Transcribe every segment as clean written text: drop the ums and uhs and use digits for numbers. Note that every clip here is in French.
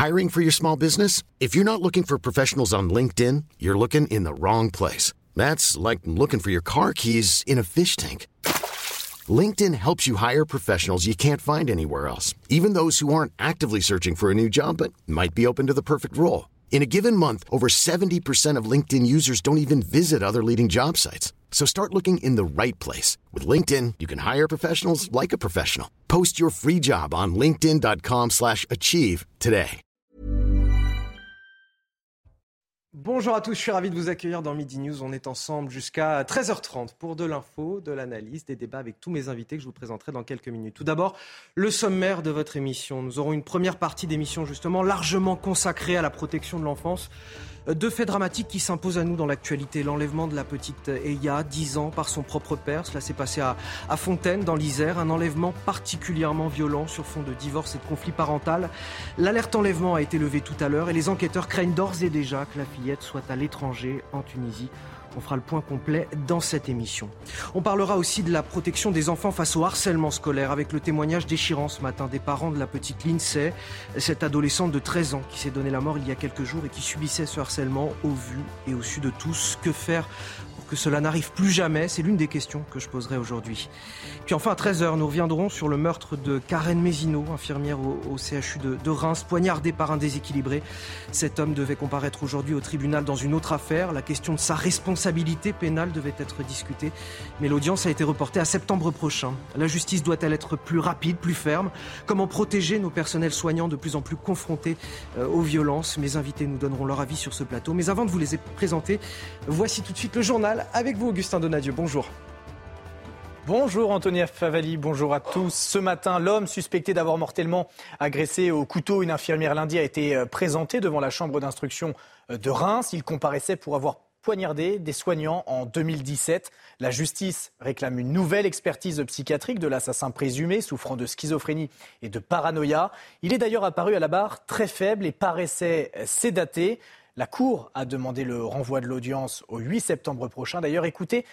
Hiring for your small business? If you're not looking for professionals on LinkedIn, you're looking in the wrong place. That's like looking for your car keys in a fish tank. LinkedIn helps you hire professionals you can't find anywhere else, even those who aren't actively searching for a new job but might be open to the perfect role. In a given month, over 70% of LinkedIn users don't even visit other leading job sites. So start looking in the right place. With LinkedIn, you can hire professionals like a professional. Post your free job on linkedin.com/achieve today. Bonjour à tous, je suis ravi de vous accueillir dans Midi News. On est ensemble jusqu'à 13h30 pour de l'info, de l'analyse, des débats avec tous mes invités que je vous présenterai dans quelques minutes. Tout d'abord, le sommaire de votre émission. Nous aurons une première partie d'émission justement largement consacrée à la protection de l'enfance. Deux faits dramatiques qui s'imposent à nous dans l'actualité. L'enlèvement de la petite Eya, 10 ans, par son propre père. Cela s'est passé à Fontaine, dans l'Isère. Un enlèvement particulièrement violent sur fond de divorce et de conflit parental. L'alerte enlèvement a été levée tout à l'heure et les enquêteurs craignent d'ores et déjà que la fillette soit à l'étranger, en Tunisie. On fera le point complet dans cette émission. On parlera aussi de la protection des enfants face au harcèlement scolaire avec le témoignage déchirant ce matin des parents de la petite Lindsay, cette adolescente de 13 ans qui s'est donné la mort il y a quelques jours et qui subissait ce harcèlement au vu et au su de tous. Que faire pour que cela n'arrive plus jamais? C'est l'une des questions que je poserai aujourd'hui. Puis enfin à 13h, nous reviendrons sur le meurtre de Karen Mézineau, infirmière au CHU de Reims, poignardée par un déséquilibré. Cet homme devait comparaître aujourd'hui au tribunal dans une autre affaire. La question de sa responsabilité pénale devait être discutée, mais l'audience a été reportée à septembre prochain. La justice doit-elle être plus rapide, plus ferme? Comment protéger nos personnels soignants de plus en plus confrontés aux violences? Mes invités nous donneront leur avis sur ce plateau. Mais avant de vous les présenter, voici tout de suite le journal avec vous, Augustin Donadieu. Bonjour. Bonjour Anthony Favali, bonjour à tous. Ce matin, l'homme suspecté d'avoir mortellement agressé au couteau une infirmière lundi a été présenté devant la chambre d'instruction de Reims. Il comparaissait pour avoir poignardé des soignants en 2017. La justice réclame une nouvelle expertise psychiatrique de l'assassin présumé, souffrant de schizophrénie et de paranoïa. Il est d'ailleurs apparu à la barre très faible et paraissait sédaté. La Cour a demandé le renvoi de l'audience au 8 septembre prochain. D'ailleurs, écoutez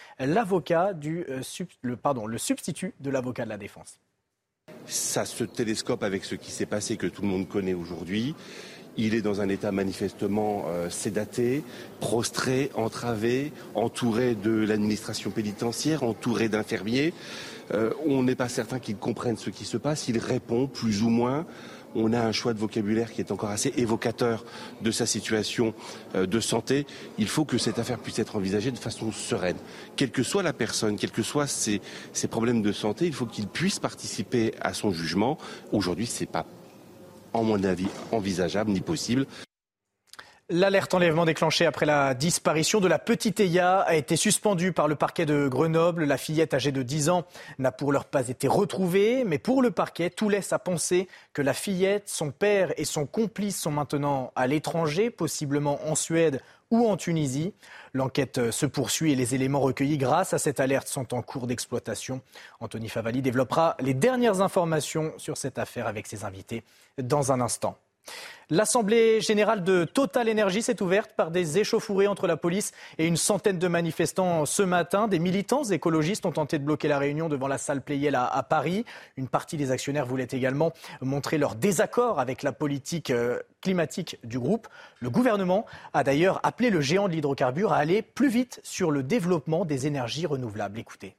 le substitut de l'avocat de la défense. Ça se télescope avec ce qui s'est passé, que tout le monde connaît aujourd'hui. Il est dans un état manifestement sédaté, prostré, entravé, entouré de l'administration pénitentiaire, entouré d'infirmiers. On n'est pas certain qu'il comprenne ce qui se passe. Il répond plus ou moins. On a un choix de vocabulaire qui est encore assez évocateur de sa situation de santé. Il faut que cette affaire puisse être envisagée de façon sereine. Quelle que soit la personne, quels que soient ses problèmes de santé, il faut qu'il puisse participer à son jugement. Aujourd'hui, ce n'est pas, en mon avis, envisageable ni possible. L'alerte enlèvement déclenchée après la disparition de la petite Eya a été suspendue par le parquet de Grenoble. La fillette âgée de 10 ans n'a pour l'heure pas été retrouvée. Mais pour le parquet, tout laisse à penser que la fillette, son père et son complice sont maintenant à l'étranger, possiblement en Suède ou en Tunisie. L'enquête se poursuit et les éléments recueillis grâce à cette alerte sont en cours d'exploitation. Anthony Favali développera les dernières informations sur cette affaire avec ses invités dans un instant. L'Assemblée générale de Total Energy s'est ouverte par des échauffourées entre la police et une centaine de manifestants ce matin. Des militants écologistes ont tenté de bloquer la réunion devant la salle Pleyel à Paris. Une partie des actionnaires voulait également montrer leur désaccord avec la politique climatique du groupe. Le gouvernement a d'ailleurs appelé le géant de l'hydrocarbure à aller plus vite sur le développement des énergies renouvelables. Écoutez.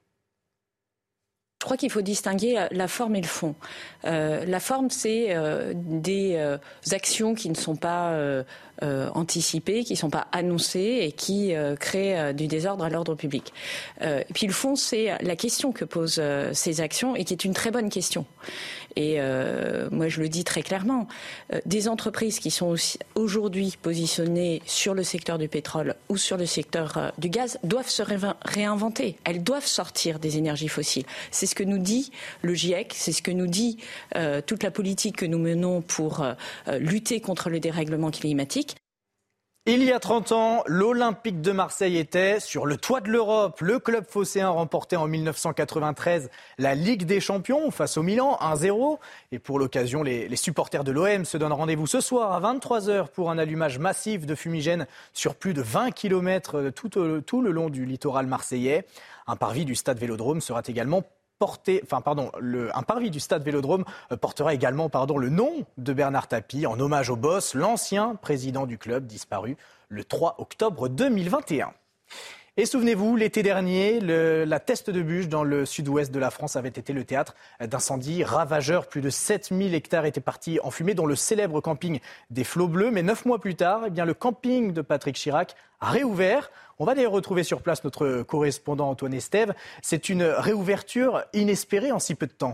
Je crois qu'il faut distinguer la forme et le fond. La forme, c'est des actions qui ne sont pas anticipées, qui ne sont pas annoncées et qui créent du désordre à l'ordre public. Et puis le fond, c'est la question que posent ces actions et qui est une très bonne question. Et moi, je le dis très clairement, des entreprises qui sont aujourd'hui positionnées sur le secteur du pétrole ou sur le secteur du gaz doivent se réinventer. Elles doivent sortir des énergies fossiles. C'est ce que nous dit le GIEC, c'est ce que nous dit toute la politique que nous menons pour lutter contre le dérèglement climatique. Il y a 30 ans, l'Olympique de Marseille était sur le toit de l'Europe. Le club phocéen remportait en 1993 la Ligue des Champions face au Milan, 1-0. Et pour l'occasion, les supporters de l'OM se donnent rendez-vous ce soir à 23h pour un allumage massif de fumigène sur plus de 20 km tout le long du littoral marseillais. Un parvis du stade Vélodrome sera également un parvis du stade Vélodrome portera également le nom de Bernard Tapie en hommage au boss, l'ancien président du club disparu le 3 octobre 2021. Et souvenez-vous, l'été dernier, la Teste de Buch dans le sud-ouest de la France avait été le théâtre d'incendies ravageurs. Plus de 7000 hectares étaient partis en fumée, dont le célèbre camping des Flots Bleus. Mais 9 mois plus tard, le camping de Patrick Chirac a réouvert. On va d'ailleurs retrouver sur place notre correspondant Antoine Estève. C'est une réouverture inespérée en si peu de temps.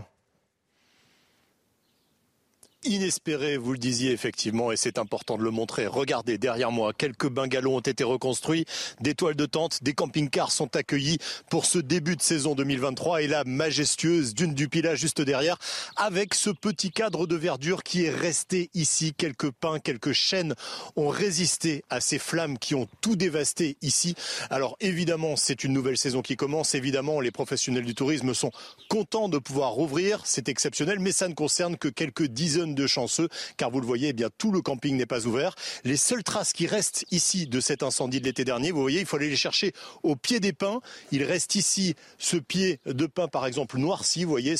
Inespéré, vous le disiez effectivement, et c'est important de le montrer. Regardez derrière moi, quelques bungalows ont été reconstruits, des toiles de tente, des camping-cars sont accueillis pour ce début de saison 2023 et la majestueuse dune du Pilat juste derrière, avec ce petit cadre de verdure qui est resté ici. Quelques pins, quelques chênes ont résisté à ces flammes qui ont tout dévasté ici. Alors évidemment, c'est une nouvelle saison qui commence. Évidemment, les professionnels du tourisme sont contents de pouvoir rouvrir. C'est exceptionnel, mais ça ne concerne que quelques dizaines de chanceux, car vous le voyez, tout le camping n'est pas ouvert. Les seules traces qui restent ici de cet incendie de l'été dernier, vous voyez, il faut aller les chercher au pied des pins. Il reste ici ce pied de pin, par exemple, noirci. Vous voyez,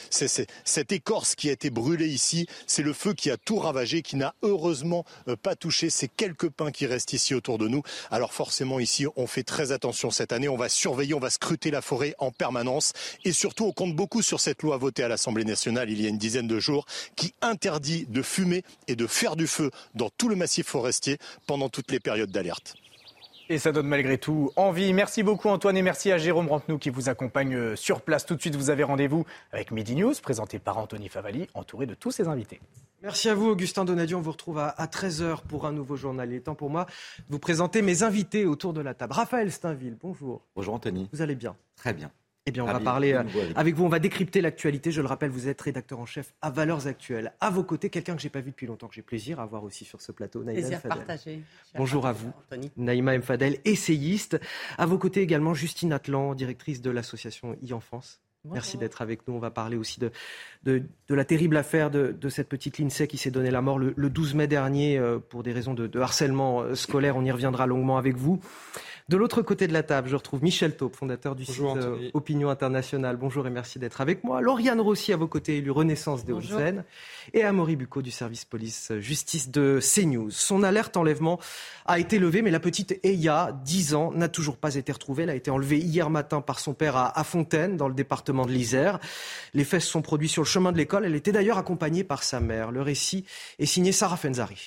cette écorce qui a été brûlée ici, c'est le feu qui a tout ravagé, qui n'a heureusement pas touché ces quelques pins qui restent ici autour de nous. Alors forcément, ici, on fait très attention cette année. On va surveiller, on va scruter la forêt en permanence. Et surtout, on compte beaucoup sur cette loi votée à l'Assemblée nationale il y a une dizaine de jours, qui interdit de fumer et de faire du feu dans tout le massif forestier pendant toutes les périodes d'alerte. Et ça donne malgré tout envie. Merci beaucoup Antoine et merci à Jérôme Rampenou qui vous accompagne sur place. Tout de suite, vous avez rendez-vous avec Midi News, présenté par Anthony Favali, entouré de tous ses invités. Merci à vous Augustin Donadieu, on vous retrouve à 13h pour un nouveau journal. Il est temps pour moi de vous présenter mes invités autour de la table. Raphaël Steinville, bonjour. Bonjour Anthony. Vous allez bien ? Très bien. Eh bien, on va parler avec vous, on va décrypter l'actualité. Je le rappelle, vous êtes rédacteur en chef à Valeurs Actuelles. À vos côtés, quelqu'un que je n'ai pas vu depuis longtemps, que j'ai plaisir à voir aussi sur ce plateau, Naïma M. Fadel. Partagé. Bonjour à vous, Anthony. Naïma M. Fadel, essayiste. À vos côtés également, Justine Atlan, directrice de l'association e-Enfance. Bonjour. Merci d'être avec nous. On va parler aussi de la terrible affaire de cette petite Lindsay qui s'est donné la mort le 12 mai dernier pour des raisons de harcèlement scolaire. On y reviendra longuement avec vous. De l'autre côté de la table, je retrouve Michel Taube, fondateur du site Opinion Internationale. Bonjour et merci d'être avec moi. Lauriane Rossi à vos côtés, élue Renaissance des Hauts-de-Seine. Et Amaury Bucco du service police-justice de CNews. Son alerte enlèvement a été levée, mais la petite Eya, 10 ans, n'a toujours pas été retrouvée. Elle a été enlevée hier matin par son père à Fontaine, dans le département de l'Isère. Les faits se sont produits sur le chemin de l'école. Elle était d'ailleurs accompagnée par sa mère. Le récit est signé Sarah Fenzari.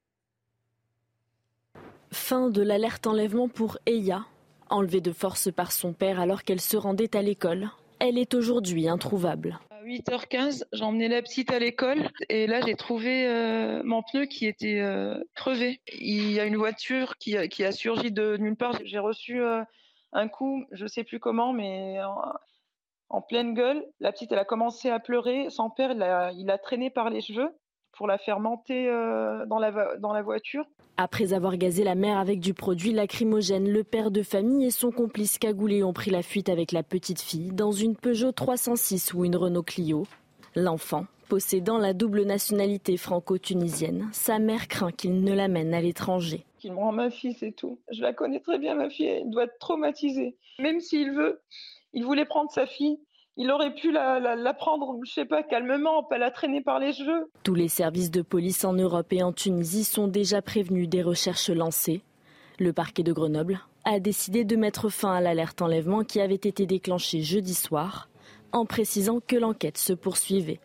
Fin de l'alerte enlèvement pour Eya, enlevée de force par son père alors qu'elle se rendait à l'école. Elle est aujourd'hui introuvable. À 8h15, j'ai emmené la petite à l'école et là j'ai trouvé mon pneu qui était crevé. Il y a une voiture qui a surgi de nulle part. J'ai reçu un coup, je ne sais plus comment, mais en pleine gueule. La petite, elle a commencé à pleurer. Son père, il l'a traînée par les cheveux pour la faire monter dans la voiture. Après avoir gazé la mère avec du produit lacrymogène, le père de famille et son complice cagoulé ont pris la fuite avec la petite fille dans une Peugeot 306 ou une Renault Clio. L'enfant, possédant la double nationalité franco-tunisienne, sa mère craint qu'il ne l'amène à l'étranger. Qu'il me rend ma fille, c'est tout. Je la connais très bien, ma fille, elle doit être traumatisée. Même s'il voulait prendre sa fille. Il aurait pu la prendre, je sais pas, calmement, pas la traîner par les cheveux. Tous les services de police en Europe et en Tunisie sont déjà prévenus des recherches lancées. Le parquet de Grenoble a décidé de mettre fin à l'alerte enlèvement qui avait été déclenchée jeudi soir, en précisant que l'enquête se poursuivait.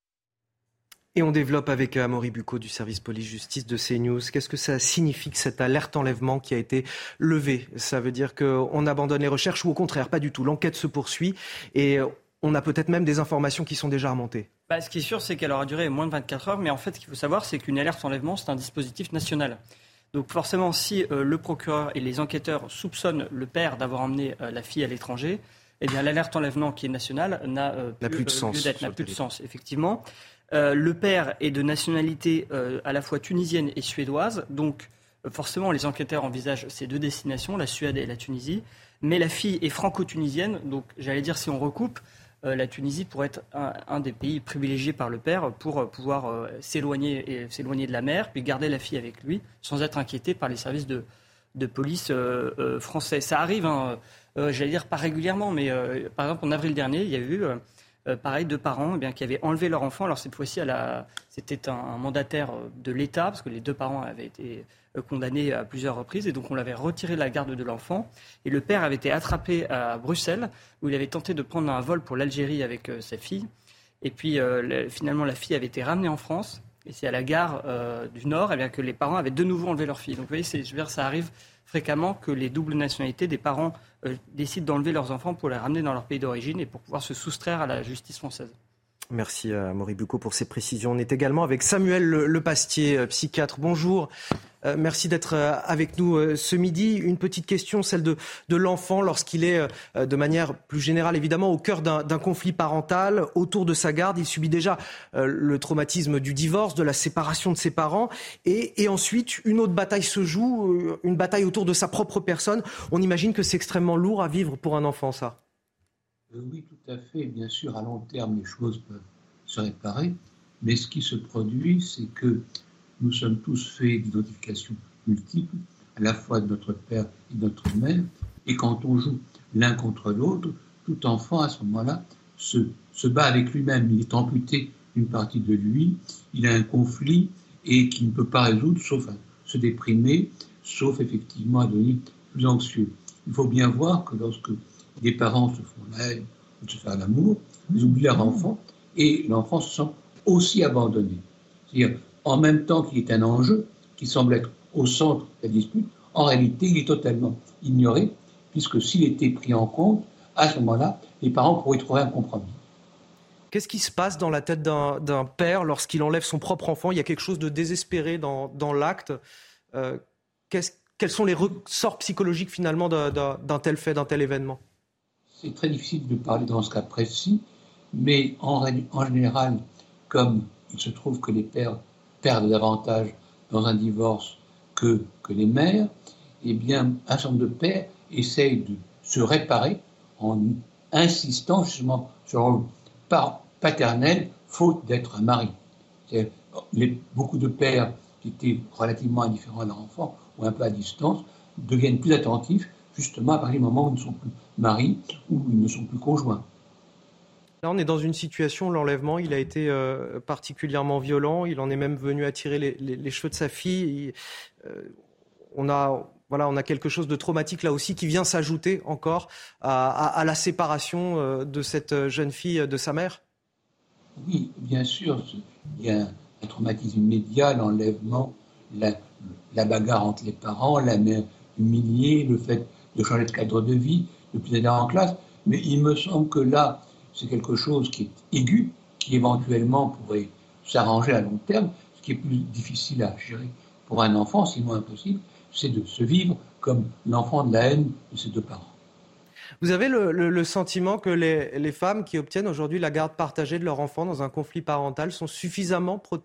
Et on développe avec Amaury Bucco du service police-justice de CNews. Qu'est-ce que ça signifie que cette alerte enlèvement qui a été levée ? Ça veut dire qu'on abandonne les recherches ou au contraire, pas du tout. L'enquête se poursuit et on a peut-être même des informations qui sont déjà remontées. Ce qui est sûr, c'est qu'elle aura duré moins de 24 heures. Mais en fait, ce qu'il faut savoir, c'est qu'une alerte enlèvement, c'est un dispositif national. Donc forcément, si le procureur et les enquêteurs soupçonnent le père d'avoir emmené la fille à l'étranger, eh bien l'alerte enlèvement qui est nationale n'a plus de sens, effectivement. Le père est de nationalité à la fois tunisienne et suédoise, donc forcément les enquêteurs envisagent ces deux destinations, la Suède et la Tunisie, mais la fille est franco-tunisienne, donc j'allais dire si on recoupe, la Tunisie pourrait être un des pays privilégiés par le père pour pouvoir s'éloigner de la mère, puis garder la fille avec lui sans être inquiété par les services de police français. Ça arrive, j'allais dire pas régulièrement, mais par exemple en avril dernier, il y a eu pareil 2 parents qui avaient enlevé leur enfant. Alors cette fois-ci, c'était un mandataire de l'État, parce que les 2 parents avaient été condamnés à plusieurs reprises, et donc on l'avait retiré de la garde de l'enfant. Et le père avait été attrapé à Bruxelles, où il avait tenté de prendre un vol pour l'Algérie avec sa fille. Et puis finalement, la fille avait été ramenée en France. Et c'est à la gare du Nord que les parents avaient de nouveau enlevé leur fille. Donc vous voyez, ça arrive fréquemment que les doubles nationalités des parents décident d'enlever leurs enfants pour les ramener dans leur pays d'origine et pour pouvoir se soustraire à la justice française. Merci à Amaury Bucco pour ces précisions. On est également avec Samuel Lepastier, psychiatre. Bonjour. Merci d'être avec nous ce midi. Une petite question, celle de l'enfant lorsqu'il est de manière plus générale évidemment au cœur d'un conflit parental autour de sa garde. Il subit déjà le traumatisme du divorce, de la séparation de ses parents et ensuite une autre bataille se joue, une bataille autour de sa propre personne. On imagine que c'est extrêmement lourd à vivre pour un enfant, ça. Oui, tout à fait. Bien sûr, à long terme, les choses peuvent se réparer. Mais ce qui se produit, c'est que nous sommes tous faits d'identifications multiples, à la fois de notre père et de notre mère. Et quand on joue l'un contre l'autre, tout enfant, à ce moment-là, se bat avec lui-même. Il est amputé d'une partie de lui. Il a un conflit et qu'il ne peut pas résoudre, sauf à se déprimer, sauf effectivement à devenir plus anxieux. Il faut bien voir que lorsque des parents se font la haine ou se font l'amour, ils oublient leur enfant et l'enfant se sent aussi abandonné. C'est-à-dire, en même temps qu'il est un enjeu qui semble être au centre de la dispute, en réalité, il est totalement ignoré, puisque s'il était pris en compte, à ce moment-là, les parents pourraient trouver un compromis. Qu'est-ce qui se passe dans la tête d'un père lorsqu'il enlève son propre enfant ? Il y a quelque chose de désespéré dans l'acte. Quels sont les ressorts psychologiques finalement d'un tel fait, d'un tel événement ? C'est très difficile de parler dans ce cas précis, mais en général, comme il se trouve que les pères perdent davantage dans un divorce que les mères, eh bien, un certain nombre de pères essayent de se réparer en insistant justement sur le rôle paternel, faute d'être un mari. Beaucoup de pères qui étaient relativement indifférents à leur enfant ou un peu à distance deviennent plus attentifs justement à partir du moment où ils ne sont plus maris ou ils ne sont plus conjoints. Là, on est dans une situation où l'enlèvement, il a été particulièrement violent. Il en est même venu à tirer les cheveux de sa fille. On a quelque chose de traumatique là aussi qui vient s'ajouter encore à la séparation de cette jeune fille de sa mère. Oui, bien sûr. Il y a un traumatisme immédiat, l'enlèvement, la bagarre entre les parents, la mère humiliée, le fait de changer de cadre de vie, de plus aller en classe. Mais il me semble que là, c'est quelque chose qui est aigu, qui éventuellement pourrait s'arranger à long terme. Ce qui est plus difficile à gérer pour un enfant, sinon impossible, c'est de se vivre comme l'enfant de la haine de ses 2 parents. Vous avez le sentiment que les femmes qui obtiennent aujourd'hui la garde partagée de leur enfant dans un conflit parental sont suffisamment protégées ?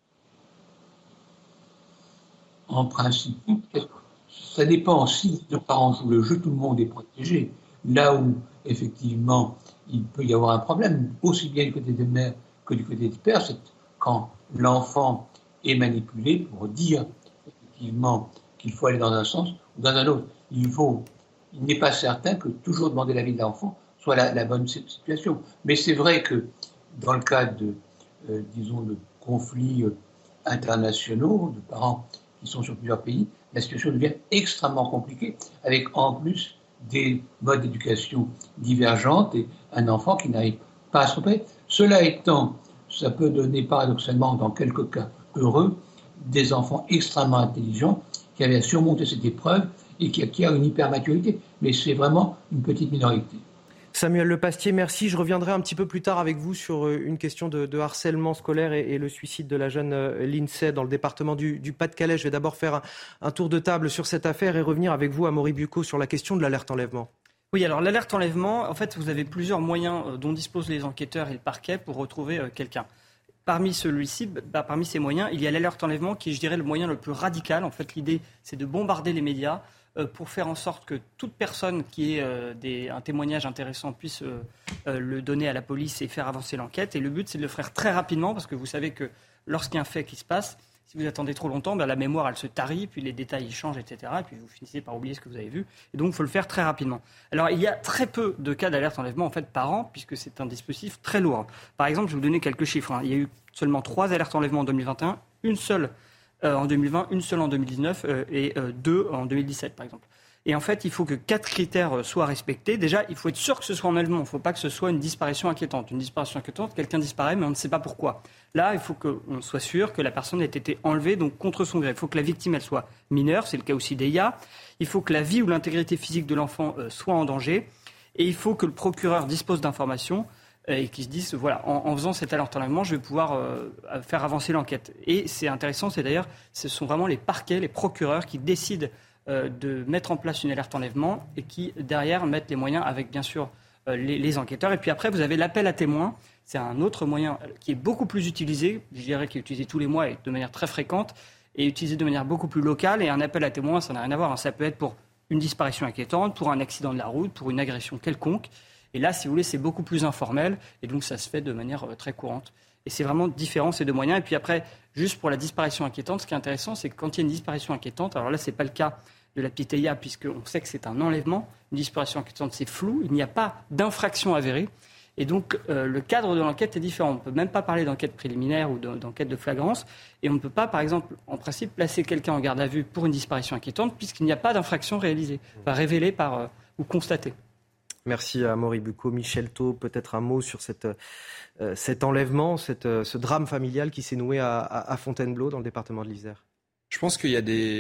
En principe, ça dépend. Si les 2 parents jouent le jeu, tout le monde est protégé. Là où, effectivement, il peut y avoir un problème, aussi bien du côté des mères que du côté des pères, c'est quand l'enfant est manipulé pour dire, effectivement, qu'il faut aller dans un sens ou dans un autre. Il n'est pas certain que toujours demander l'avis de l'enfant soit la bonne situation. Mais c'est vrai que dans le cas de conflits internationaux, de parents qui sont sur plusieurs pays, la situation devient extrêmement compliquée, avec en plus des modes d'éducation divergentes et un enfant qui n'arrive pas à se repérer. Cela étant, ça peut donner paradoxalement, dans quelques cas heureux, des enfants extrêmement intelligents qui avaient à surmonter cette épreuve et qui acquièrent une hypermaturité. Mais c'est vraiment une petite minorité. Samuel Lepastier, merci. Je reviendrai un petit peu plus tard avec vous sur une question de harcèlement scolaire et le suicide de la jeune Lindsay dans le département du Pas-de-Calais. Je vais d'abord faire un tour de table sur cette affaire et revenir avec vous, Amaury Bucco, sur la question de l'alerte enlèvement. Oui, alors l'alerte enlèvement, en fait, vous avez plusieurs moyens dont disposent les enquêteurs et le parquet pour retrouver quelqu'un. Parmi ces moyens, il y a l'alerte enlèvement qui est, je dirais, le moyen le plus radical. En fait, l'idée, c'est de bombarder les médias pour faire en sorte que toute personne qui ait un témoignage intéressant puisse le donner à la police et faire avancer l'enquête. Et le but, c'est de le faire très rapidement parce que vous savez que lorsqu'il y a un fait qui se passe, Si vous attendez trop longtemps, la mémoire, elle se tarit, puis les détails changent, etc. Et puis vous finissez par oublier ce que vous avez vu. Et donc, il faut le faire très rapidement. Alors, il y a très peu de cas d'alerte enlèvement, en fait, par an, puisque c'est un dispositif très lourd. Par exemple, je vais vous donner quelques chiffres. Il y a eu seulement 3 alertes enlèvement en 2021, une seule en 2020, une seule en 2019 et 2 en 2017, par exemple. Et en fait, il faut que 4 critères soient respectés. Déjà, il faut être sûr que ce soit un enlèvement. Il ne faut pas que ce soit une disparition inquiétante. Une disparition inquiétante, quelqu'un disparaît, mais on ne sait pas pourquoi. Là, il faut qu'on soit sûr que la personne ait été enlevée, donc contre son gré. Il faut que la victime, elle soit mineure. C'est le cas aussi d'Eya. Il faut que la vie ou l'intégrité physique de l'enfant soit en danger. Et il faut que le procureur dispose d'informations et qu'ils se disent, voilà, en faisant cet alerte enlèvement, je vais pouvoir faire avancer l'enquête. Et c'est intéressant, c'est d'ailleurs, ce sont vraiment les parquets, les procureurs qui décident de mettre en place une alerte enlèvement et qui, derrière, mettent les moyens avec, bien sûr, les enquêteurs. Et puis après, vous avez l'appel à témoins. C'est un autre moyen qui est beaucoup plus utilisé, je dirais qui est utilisé tous les mois et de manière très fréquente, et utilisé de manière beaucoup plus locale. Et un appel à témoins, ça n'a rien à voir. Ça peut être pour une disparition inquiétante, pour un accident de la route, pour une agression quelconque. Et là, si vous voulez, c'est beaucoup plus informel. Et donc, ça se fait de manière très courante. Et c'est vraiment différent, ces deux moyens. Et puis après, juste pour la disparition inquiétante, ce qui est intéressant, c'est que quand il y a une disparition inquiétante, alors là, ce n'est pas le cas de la petite Eya, puisqu'on sait que c'est un enlèvement. Une disparition inquiétante, c'est flou. Il n'y a pas d'infraction avérée. Et donc, le cadre de l'enquête est différent. On ne peut même pas parler d'enquête préliminaire ou d'enquête de flagrance. Et on ne peut pas, par exemple, en principe, placer quelqu'un en garde à vue pour une disparition inquiétante, puisqu'il n'y a pas d'infraction réalisée, révélée par, ou constatée. Merci à Amaury Bucco. Michel Taub, peut-être un mot sur cet enlèvement, ce drame familial qui s'est noué à Fontainebleau, dans le département de l'Isère. Je pense qu'il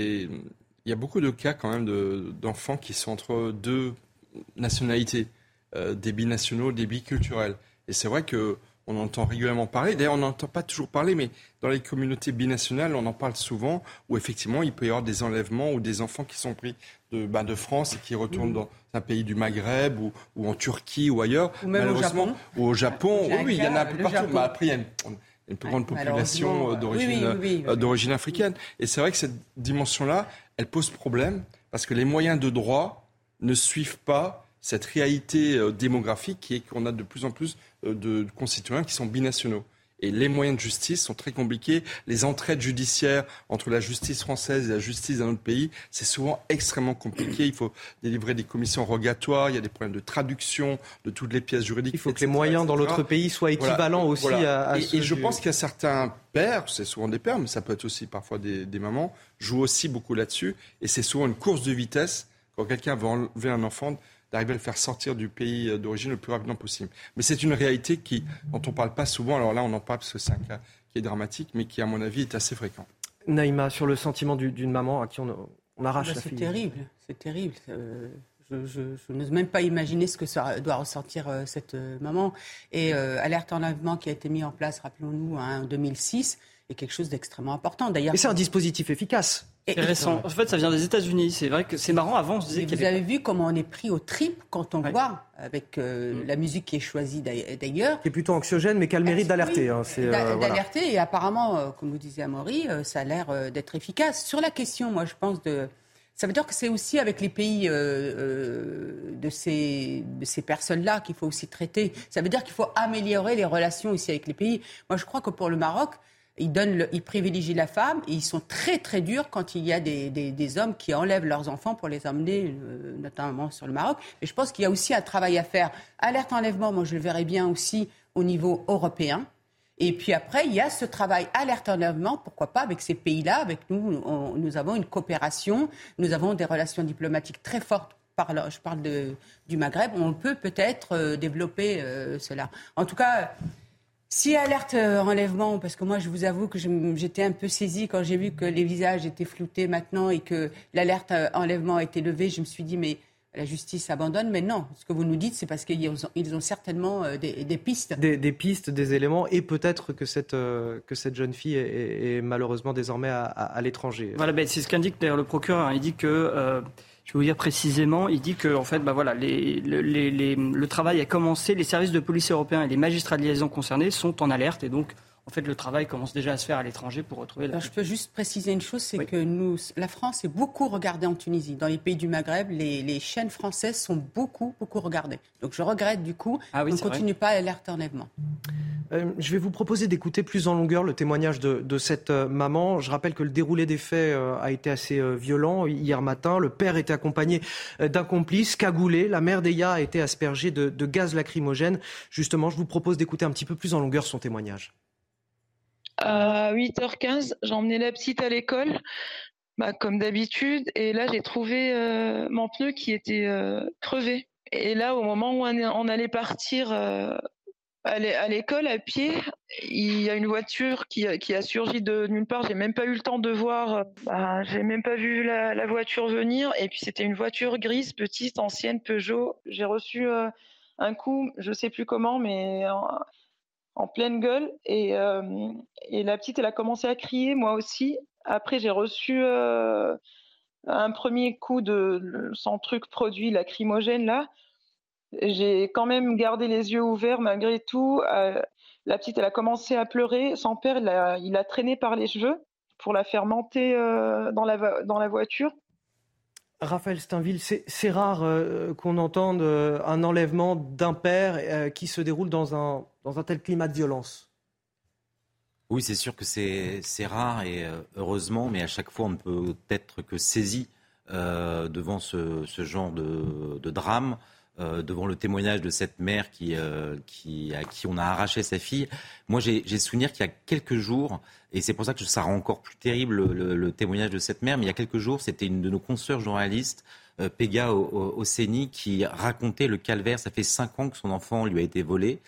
y a beaucoup de cas quand même d'enfants qui sont entre deux nationalités, des binationaux, des biculturels. Et c'est vrai qu'on entend régulièrement parler, d'ailleurs on n'entend pas toujours parler, mais dans les communautés binationales, on en parle souvent, où effectivement il peut y avoir des enlèvements ou des enfants qui sont pris de France et qui retournent dans un pays du Maghreb ou en Turquie ou ailleurs. Ou même au Japon. Oui, il y en a un peu partout. Après, il y a une plus grande population d'origine africaine. Et c'est vrai que cette dimension-là, elle pose problème parce que les moyens de droit ne suivent pas cette réalité démographique qui est qu'on a de plus en plus de concitoyens qui sont binationaux. Et les moyens de justice sont très compliqués. Les entraides judiciaires entre la justice française et la justice d'un autre pays, c'est souvent extrêmement compliqué. Il faut délivrer des commissions rogatoires, il y a des problèmes de traduction de toutes les pièces juridiques. Il faut que les moyens dans l'autre pays soient équivalents aussi à ceux et je pense qu'il y a certains pères, c'est souvent des pères, mais ça peut être aussi parfois des mamans, jouent aussi beaucoup là-dessus. Et c'est souvent une course de vitesse quand quelqu'un veut enlever un enfant, d'arriver à le faire sortir du pays d'origine le plus rapidement possible. Mais c'est une réalité dont on ne parle pas souvent. Alors là, on en parle parce que c'est un cas qui est dramatique, mais qui, à mon avis, est assez fréquent. Naïma, sur le sentiment d'une maman à qui on arrache la fille. C'est terrible. Je n'ose même pas imaginer ce que ça doit ressentir cette maman. Et alerte enlèvement qui a été mis en place, rappelons-nous, en 2006, est quelque chose d'extrêmement important. D'ailleurs, et c'est un dispositif efficace. C'est récent. En fait, ça vient des États-Unis. C'est vrai que c'est marrant. Avant, on se disait vous avez vu comment on est pris au trip quand on voit, avec la musique qui est choisie d'ailleurs. Qui est plutôt anxiogène, mais qui a le mérite d'alerter. D'alerter, et apparemment, comme vous disiez Amaury, ça a l'air d'être efficace. Sur la question, moi, je pense ça veut dire que c'est aussi avec les pays de ces personnes-là qu'il faut aussi traiter. Ça veut dire qu'il faut améliorer les relations aussi avec les pays. Moi, je crois que pour le Maroc, ils privilégient la femme et ils sont très très durs quand il y a des hommes qui enlèvent leurs enfants pour les emmener, notamment sur le Maroc. Mais je pense qu'il y a aussi un travail à faire. Alerte enlèvement, moi je le verrais bien aussi au niveau européen. Et puis après, il y a ce travail alerte enlèvement, pourquoi pas avec ces pays-là. Avec nous, nous avons une coopération, nous avons des relations diplomatiques très fortes. Je parle du Maghreb, on peut peut-être développer cela. En tout cas... Si alerte enlèvement, parce que moi je vous avoue que j'étais un peu saisie quand j'ai vu que les visages étaient floutés maintenant et que l'alerte enlèvement a été levée, je me suis dit mais la justice abandonne. Mais non, ce que vous nous dites c'est parce qu'ils ont certainement des pistes. Des pistes, des éléments et peut-être que cette jeune fille est malheureusement désormais à l'étranger. Voilà, c'est ce qu'indique d'ailleurs le procureur. Il dit que... Je vais vous dire précisément, il dit que en fait, le travail a commencé, les services de police européens et les magistrats de liaison concernés sont en alerte et donc en fait, le travail commence déjà à se faire à l'étranger pour retrouver je peux juste préciser une chose, c'est que la France est beaucoup regardée en Tunisie. Dans les pays du Maghreb, les chaînes françaises sont beaucoup regardées. Donc je regrette du coup qu'on ne continue pas l'alerte enlèvement. Je vais vous proposer d'écouter plus en longueur le témoignage de cette maman. Je rappelle que le déroulé des faits a été assez violent hier matin. Le père était accompagné d'un complice cagoulé. La mère d'Eya a été aspergée de gaz lacrymogène. Justement, je vous propose d'écouter un petit peu plus en longueur son témoignage. À 8h15, j'ai emmené la petite à l'école, comme d'habitude. Et là, j'ai trouvé mon pneu qui était crevé. Et là, au moment où on allait partir à l'école à pied, il y a une voiture qui a surgi de nulle part. J'ai même pas eu le temps de voir. J'ai même pas vu la voiture venir. Et puis c'était une voiture grise, petite, ancienne, Peugeot. J'ai reçu un coup, je sais plus comment, mais en pleine gueule. Et la petite, elle a commencé à crier, moi aussi. Après, j'ai reçu un premier coup de son truc produit lacrymogène là. J'ai quand même gardé les yeux ouverts malgré tout. La petite, elle a commencé à pleurer. Son père, il l'a traînée par les cheveux pour la faire monter dans la voiture. Raphaël Steinville, c'est rare qu'on entende un enlèvement d'un père qui se déroule dans un tel climat de violence. Oui, c'est sûr que c'est rare et heureusement, mais à chaque fois on ne peut être que saisi devant ce genre de drame. Devant le témoignage de cette mère à qui on a arraché sa fille. Moi, j'ai souvenir qu'il y a quelques jours, et c'est pour ça que ça rend encore plus terrible le témoignage de cette mère, mais il y a quelques jours, c'était une de nos consoeurs journalistes, Pega Oseni, qui racontait le calvaire. Ça fait 5 ans que son enfant lui a été volé.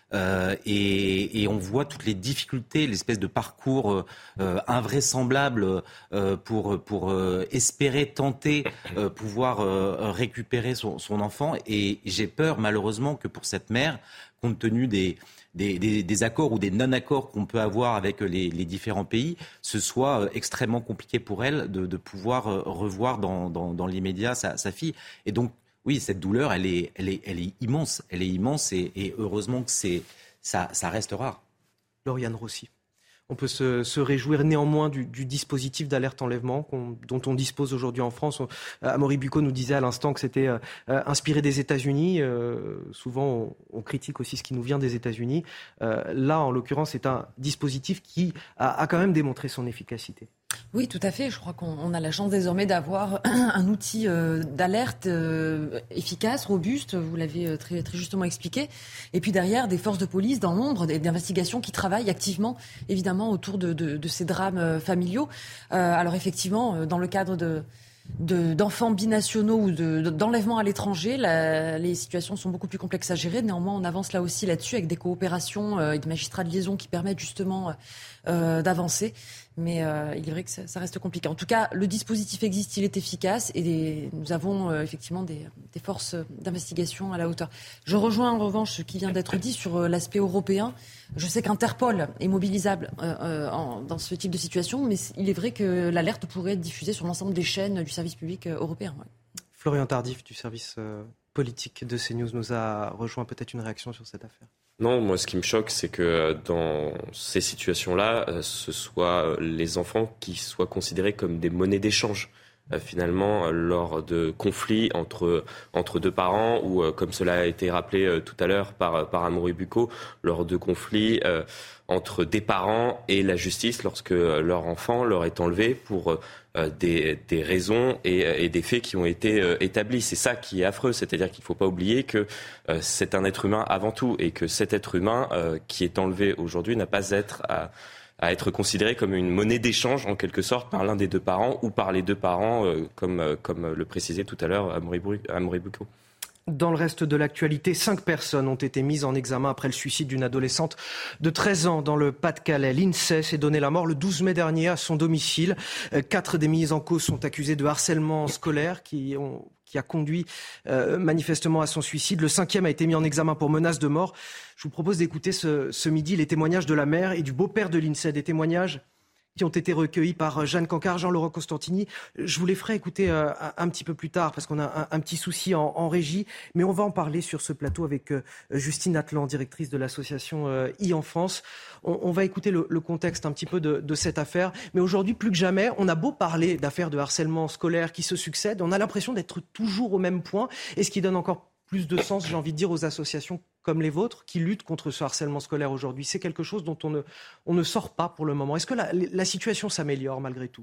Et on voit toutes les difficultés, l'espèce de parcours invraisemblable pour espérer, tenter pouvoir récupérer son enfant. Et j'ai peur malheureusement que pour cette mère, compte tenu des accords ou des non-accords qu'on peut avoir avec les différents pays, ce soit extrêmement compliqué pour elle de pouvoir revoir dans l'immédiat sa fille. Et donc, oui, cette douleur, elle est immense. Elle est immense et heureusement que ça reste rare. Lauriane Rossi. On peut se réjouir néanmoins du dispositif d'alerte enlèvement dont on dispose aujourd'hui en France. Amaury Bucco nous disait à l'instant que c'était inspiré des États-Unis. Souvent, on critique aussi ce qui nous vient des États-Unis. Là, en l'occurrence, c'est un dispositif qui a quand même démontré son efficacité. Oui, tout à fait. Je crois qu'on a la chance désormais d'avoir un outil d'alerte efficace, robuste, vous l'avez très, très justement expliqué. Et puis derrière, des forces de police dans l'ombre, d'investigation qui travaillent activement, évidemment, autour de ces drames familiaux. Alors effectivement, dans le cadre d'enfants binationaux ou d'enlèvement à l'étranger, les situations sont beaucoup plus complexes à gérer. Néanmoins, on avance là aussi là-dessus avec des coopérations et des magistrats de liaison qui permettent justement d'avancer. Mais il est vrai que ça reste compliqué. En tout cas, le dispositif existe, il est efficace et nous avons effectivement des forces d'investigation à la hauteur. Je rejoins en revanche ce qui vient d'être dit sur l'aspect européen. Je sais qu'Interpol est mobilisable dans ce type de situation, mais il est vrai que l'alerte pourrait être diffusée sur l'ensemble des chaînes du service public européen. Ouais. Florian Tardif du service politique de CNews nous a rejoint. Peut-être une réaction sur cette affaire. Non, moi ce qui me choque, c'est que dans ces situations-là, ce soit les enfants qui soient considérés comme des monnaies d'échange. Finalement, lors de conflits entre deux parents, ou comme cela a été rappelé tout à l'heure par Amaury Bucco, lors de conflits entre des parents et la justice, lorsque leur enfant leur est enlevé pour des raisons et des faits qui ont été établis. C'est ça qui est affreux, c'est-à-dire qu'il ne faut pas oublier que c'est un être humain avant tout, et que cet être humain qui est enlevé aujourd'hui n'a pas à être considéré comme une monnaie d'échange, en quelque sorte, par l'un des deux parents ou par les deux parents, comme le précisait tout à l'heure Amaury Bucco. Dans le reste de l'actualité, 5 personnes ont été mises en examen après le suicide d'une adolescente de 13 ans dans le Pas-de-Calais. L'INSEE s'est donné la mort le 12 mai dernier à son domicile. 4 des mises en cause sont accusées de harcèlement scolaire qui a conduit manifestement à son suicide. Le 5e a été mis en examen pour menace de mort. Je vous propose d'écouter ce midi les témoignages de la mère et du beau-père de l'INSEE, des témoignages qui ont été recueillis par Jeanne Cancard, Jean-Laurent Costantini. Je vous les ferai écouter un petit peu plus tard parce qu'on a un petit souci en régie, mais on va en parler sur ce plateau avec Justine Atlan, directrice de l'association e-Enfance. On va écouter le contexte un petit peu de cette affaire, mais aujourd'hui, plus que jamais, on a beau parler d'affaires de harcèlement scolaire qui se succèdent, on a l'impression d'être toujours au même point, et ce qui donne encore plus de sens, j'ai envie de dire, aux associations comme les vôtres qui luttent contre ce harcèlement scolaire aujourd'hui. C'est quelque chose dont on ne sort pas pour le moment. Est-ce que la situation s'améliore malgré tout ?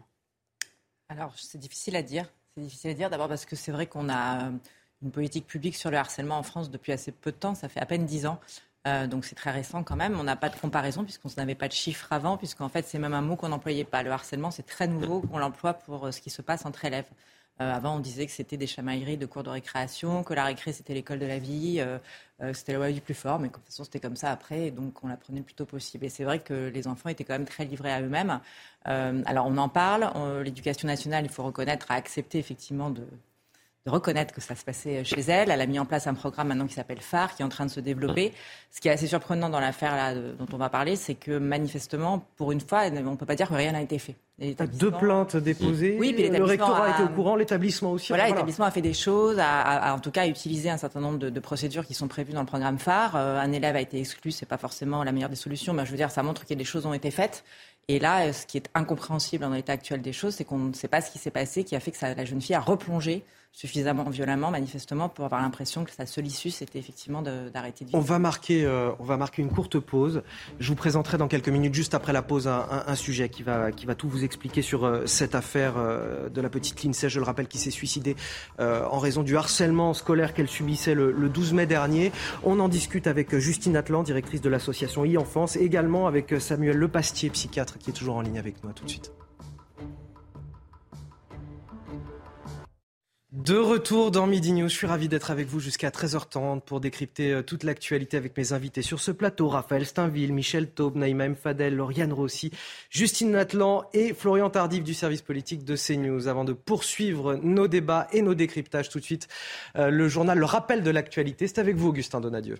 Alors, c'est difficile à dire. C'est difficile à dire d'abord parce que c'est vrai qu'on a une politique publique sur le harcèlement en France depuis assez peu de temps. Ça fait à peine 10 ans. Donc c'est très récent quand même. On n'a pas de comparaison puisqu'on n'avait pas de chiffres avant, puisqu'en fait c'est même un mot qu'on n'employait pas. Le harcèlement, c'est très nouveau qu'on l'emploie pour ce qui se passe entre élèves. Avant, on disait que c'était des chamailleries de cours de récréation, que la récré, c'était l'école de la vie, c'était la loi du plus fort, mais de toute façon, c'était comme ça après, et donc on la prenait le plus tôt possible. Et c'est vrai que les enfants étaient quand même très livrés à eux-mêmes. Alors, on en parle. L'éducation nationale, il faut reconnaître, a accepté effectivement de reconnaître que ça se passait chez elle. Elle a mis en place un programme maintenant qui s'appelle Phare, qui est en train de se développer. Ce qui est assez surprenant dans l'affaire là, dont on va parler, c'est que manifestement, pour une fois, on ne peut pas dire que rien n'a été fait. 2 plaintes déposées, oui, puis le rectorat a été au courant, l'établissement aussi. Voilà, l'établissement a fait des choses, en tout cas a utilisé un certain nombre de procédures qui sont prévues dans le programme Phare. Un élève a été exclu, c'est pas forcément la meilleure des solutions, mais je veux dire, ça montre que des choses ont été faites. Et là, ce qui est incompréhensible dans l'état actuel des choses, c'est qu'on ne sait pas ce qui s'est passé, qui a fait que la jeune fille a replongé suffisamment violemment, manifestement, pour avoir l'impression que sa seule issue, c'était effectivement d'arrêter de vivre. On va marquer une courte pause. Je vous présenterai dans quelques minutes, juste après la pause, un sujet qui va tout vous expliquer sur cette affaire de la petite Lindsay, je le rappelle, qui s'est suicidée en raison du harcèlement scolaire qu'elle subissait le 12 mai dernier. On en discute avec Justine Atlan, directrice de l'association e-Enfance, et également avec Samuel Lepastier, psychiatre, qui est toujours en ligne avec nous. À tout de suite. De retour dans Midi News, je suis ravi d'être avec vous jusqu'à 13h30 pour décrypter toute l'actualité avec mes invités sur ce plateau. Raphaël Steinville, Michel Taube, Naïma M. Fadel, Lauriane Rossi, Justine Atlan et Florian Tardif du service politique de CNews. Avant de poursuivre nos débats et nos décryptages, tout de suite, le journal, le rappel de l'actualité. C'est avec vous, Augustin Donadieu.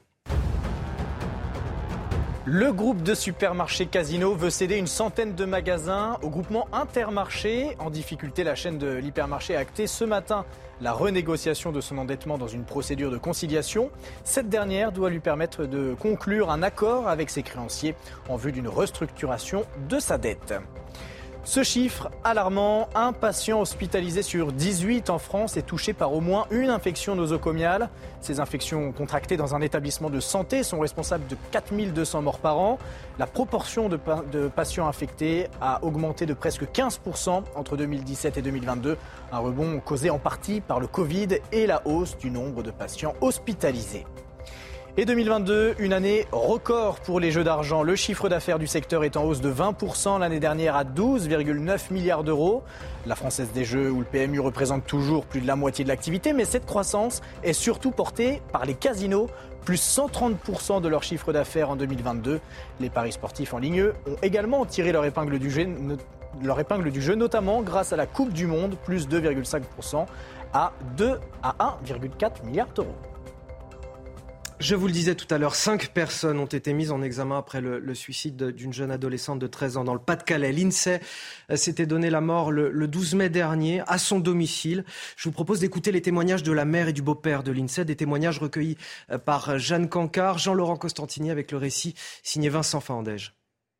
Le groupe de supermarchés Casino veut céder une centaine de magasins au groupement Intermarché. En difficulté, la chaîne de l'hypermarché a acté ce matin la renégociation de son endettement dans une procédure de conciliation. Cette dernière doit lui permettre de conclure un accord avec ses créanciers en vue d'une restructuration de sa dette. Ce chiffre alarmant, un patient hospitalisé sur 18 en France est touché par au moins une infection nosocomiale. Ces infections contractées dans un établissement de santé sont responsables de 4200 morts par an. La proportion de patients infectés a augmenté de presque 15% entre 2017 et 2022. Un rebond causé en partie par le Covid et la hausse du nombre de patients hospitalisés. Et 2022, une année record pour les jeux d'argent. Le chiffre d'affaires du secteur est en hausse de 20% l'année dernière à 12,9 milliards d'euros. La Française des Jeux, où le PMU représente toujours plus de la moitié de l'activité, mais cette croissance est surtout portée par les casinos, plus 130% de leur chiffre d'affaires en 2022. Les paris sportifs en ligne, eux, ont également tiré leur épingle du jeu, notamment grâce à la Coupe du Monde, plus 2,5% à 1,4 milliard d'euros. Je vous le disais tout à l'heure, 5 personnes ont été mises en examen après le suicide d'une jeune adolescente de 13 ans dans le Pas-de-Calais. L'INSEE s'était donné la mort le 12 mai dernier à son domicile. Je vous propose d'écouter les témoignages de la mère et du beau-père de l'INSEE, des témoignages recueillis par Jeanne Cancard, Jean-Laurent Costantini avec le récit signé Vincent Fahandège.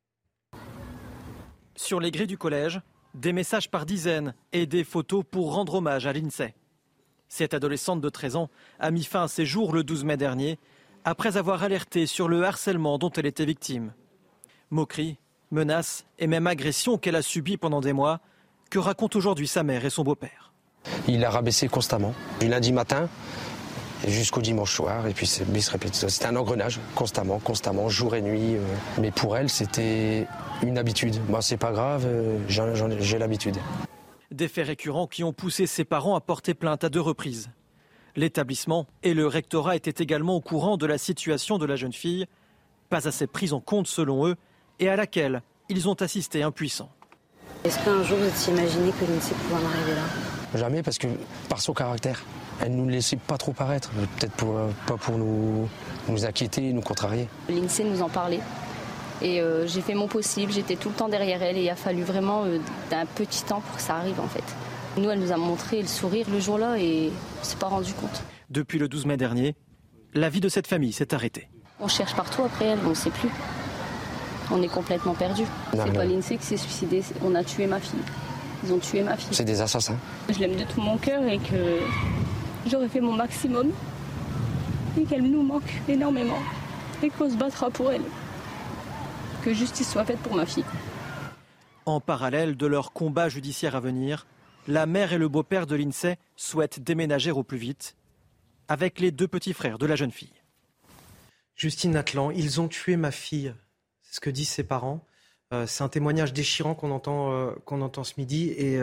Sur les grilles du collège, des messages par dizaines et des photos pour rendre hommage à l'INSEE. Cette adolescente de 13 ans a mis fin à ses jours le 12 mai dernier, après avoir alerté sur le harcèlement dont elle était victime. Moqueries, menaces et même agressions qu'elle a subies pendant des mois, que racontent aujourd'hui sa mère et son beau-père. Il la rabaissait constamment, du lundi matin jusqu'au dimanche soir, et puis il se répète. C'était un engrenage, constamment, jour et nuit. Mais pour elle, c'était une habitude. Moi, c'est pas grave, j'ai l'habitude. Des faits récurrents qui ont poussé ses parents à porter plainte à 2 reprises. L'établissement et le rectorat étaient également au courant de la situation de la jeune fille, pas assez prise en compte selon eux, et à laquelle ils ont assisté impuissants. Est-ce qu'un jour vous étiez imaginé que l'INSEE pouvait en arriver là ? Jamais, parce que par son caractère, elle ne nous laissait pas trop paraître, peut-être pas pour nous inquiéter, nous contrarier. L'INSEE nous en parlait. Et j'ai fait mon possible, j'étais tout le temps derrière elle et il a fallu vraiment d'un petit temps pour que ça arrive en fait. Nous, elle nous a montré le sourire le jour-là et on ne s'est pas rendu compte. Depuis le 12 mai dernier, la vie de cette famille s'est arrêtée. On cherche partout après elle, on ne sait plus. On est complètement perdus. C'est pas l'INSEE qui s'est suicidé, on a tué ma fille. Ils ont tué ma fille. C'est des assassins. Je l'aime de tout mon cœur et que j'aurais fait mon maximum et qu'elle nous manque énormément et qu'on se battra pour elle. Que justice soit faite pour ma fille. En parallèle de leur combat judiciaire à venir, la mère et le beau-père de l'INSEE souhaitent déménager au plus vite avec les 2 petits frères de la jeune fille. Justine Atlan, ils ont tué ma fille. C'est ce que disent ses parents. C'est un témoignage déchirant qu'on entend ce midi. Et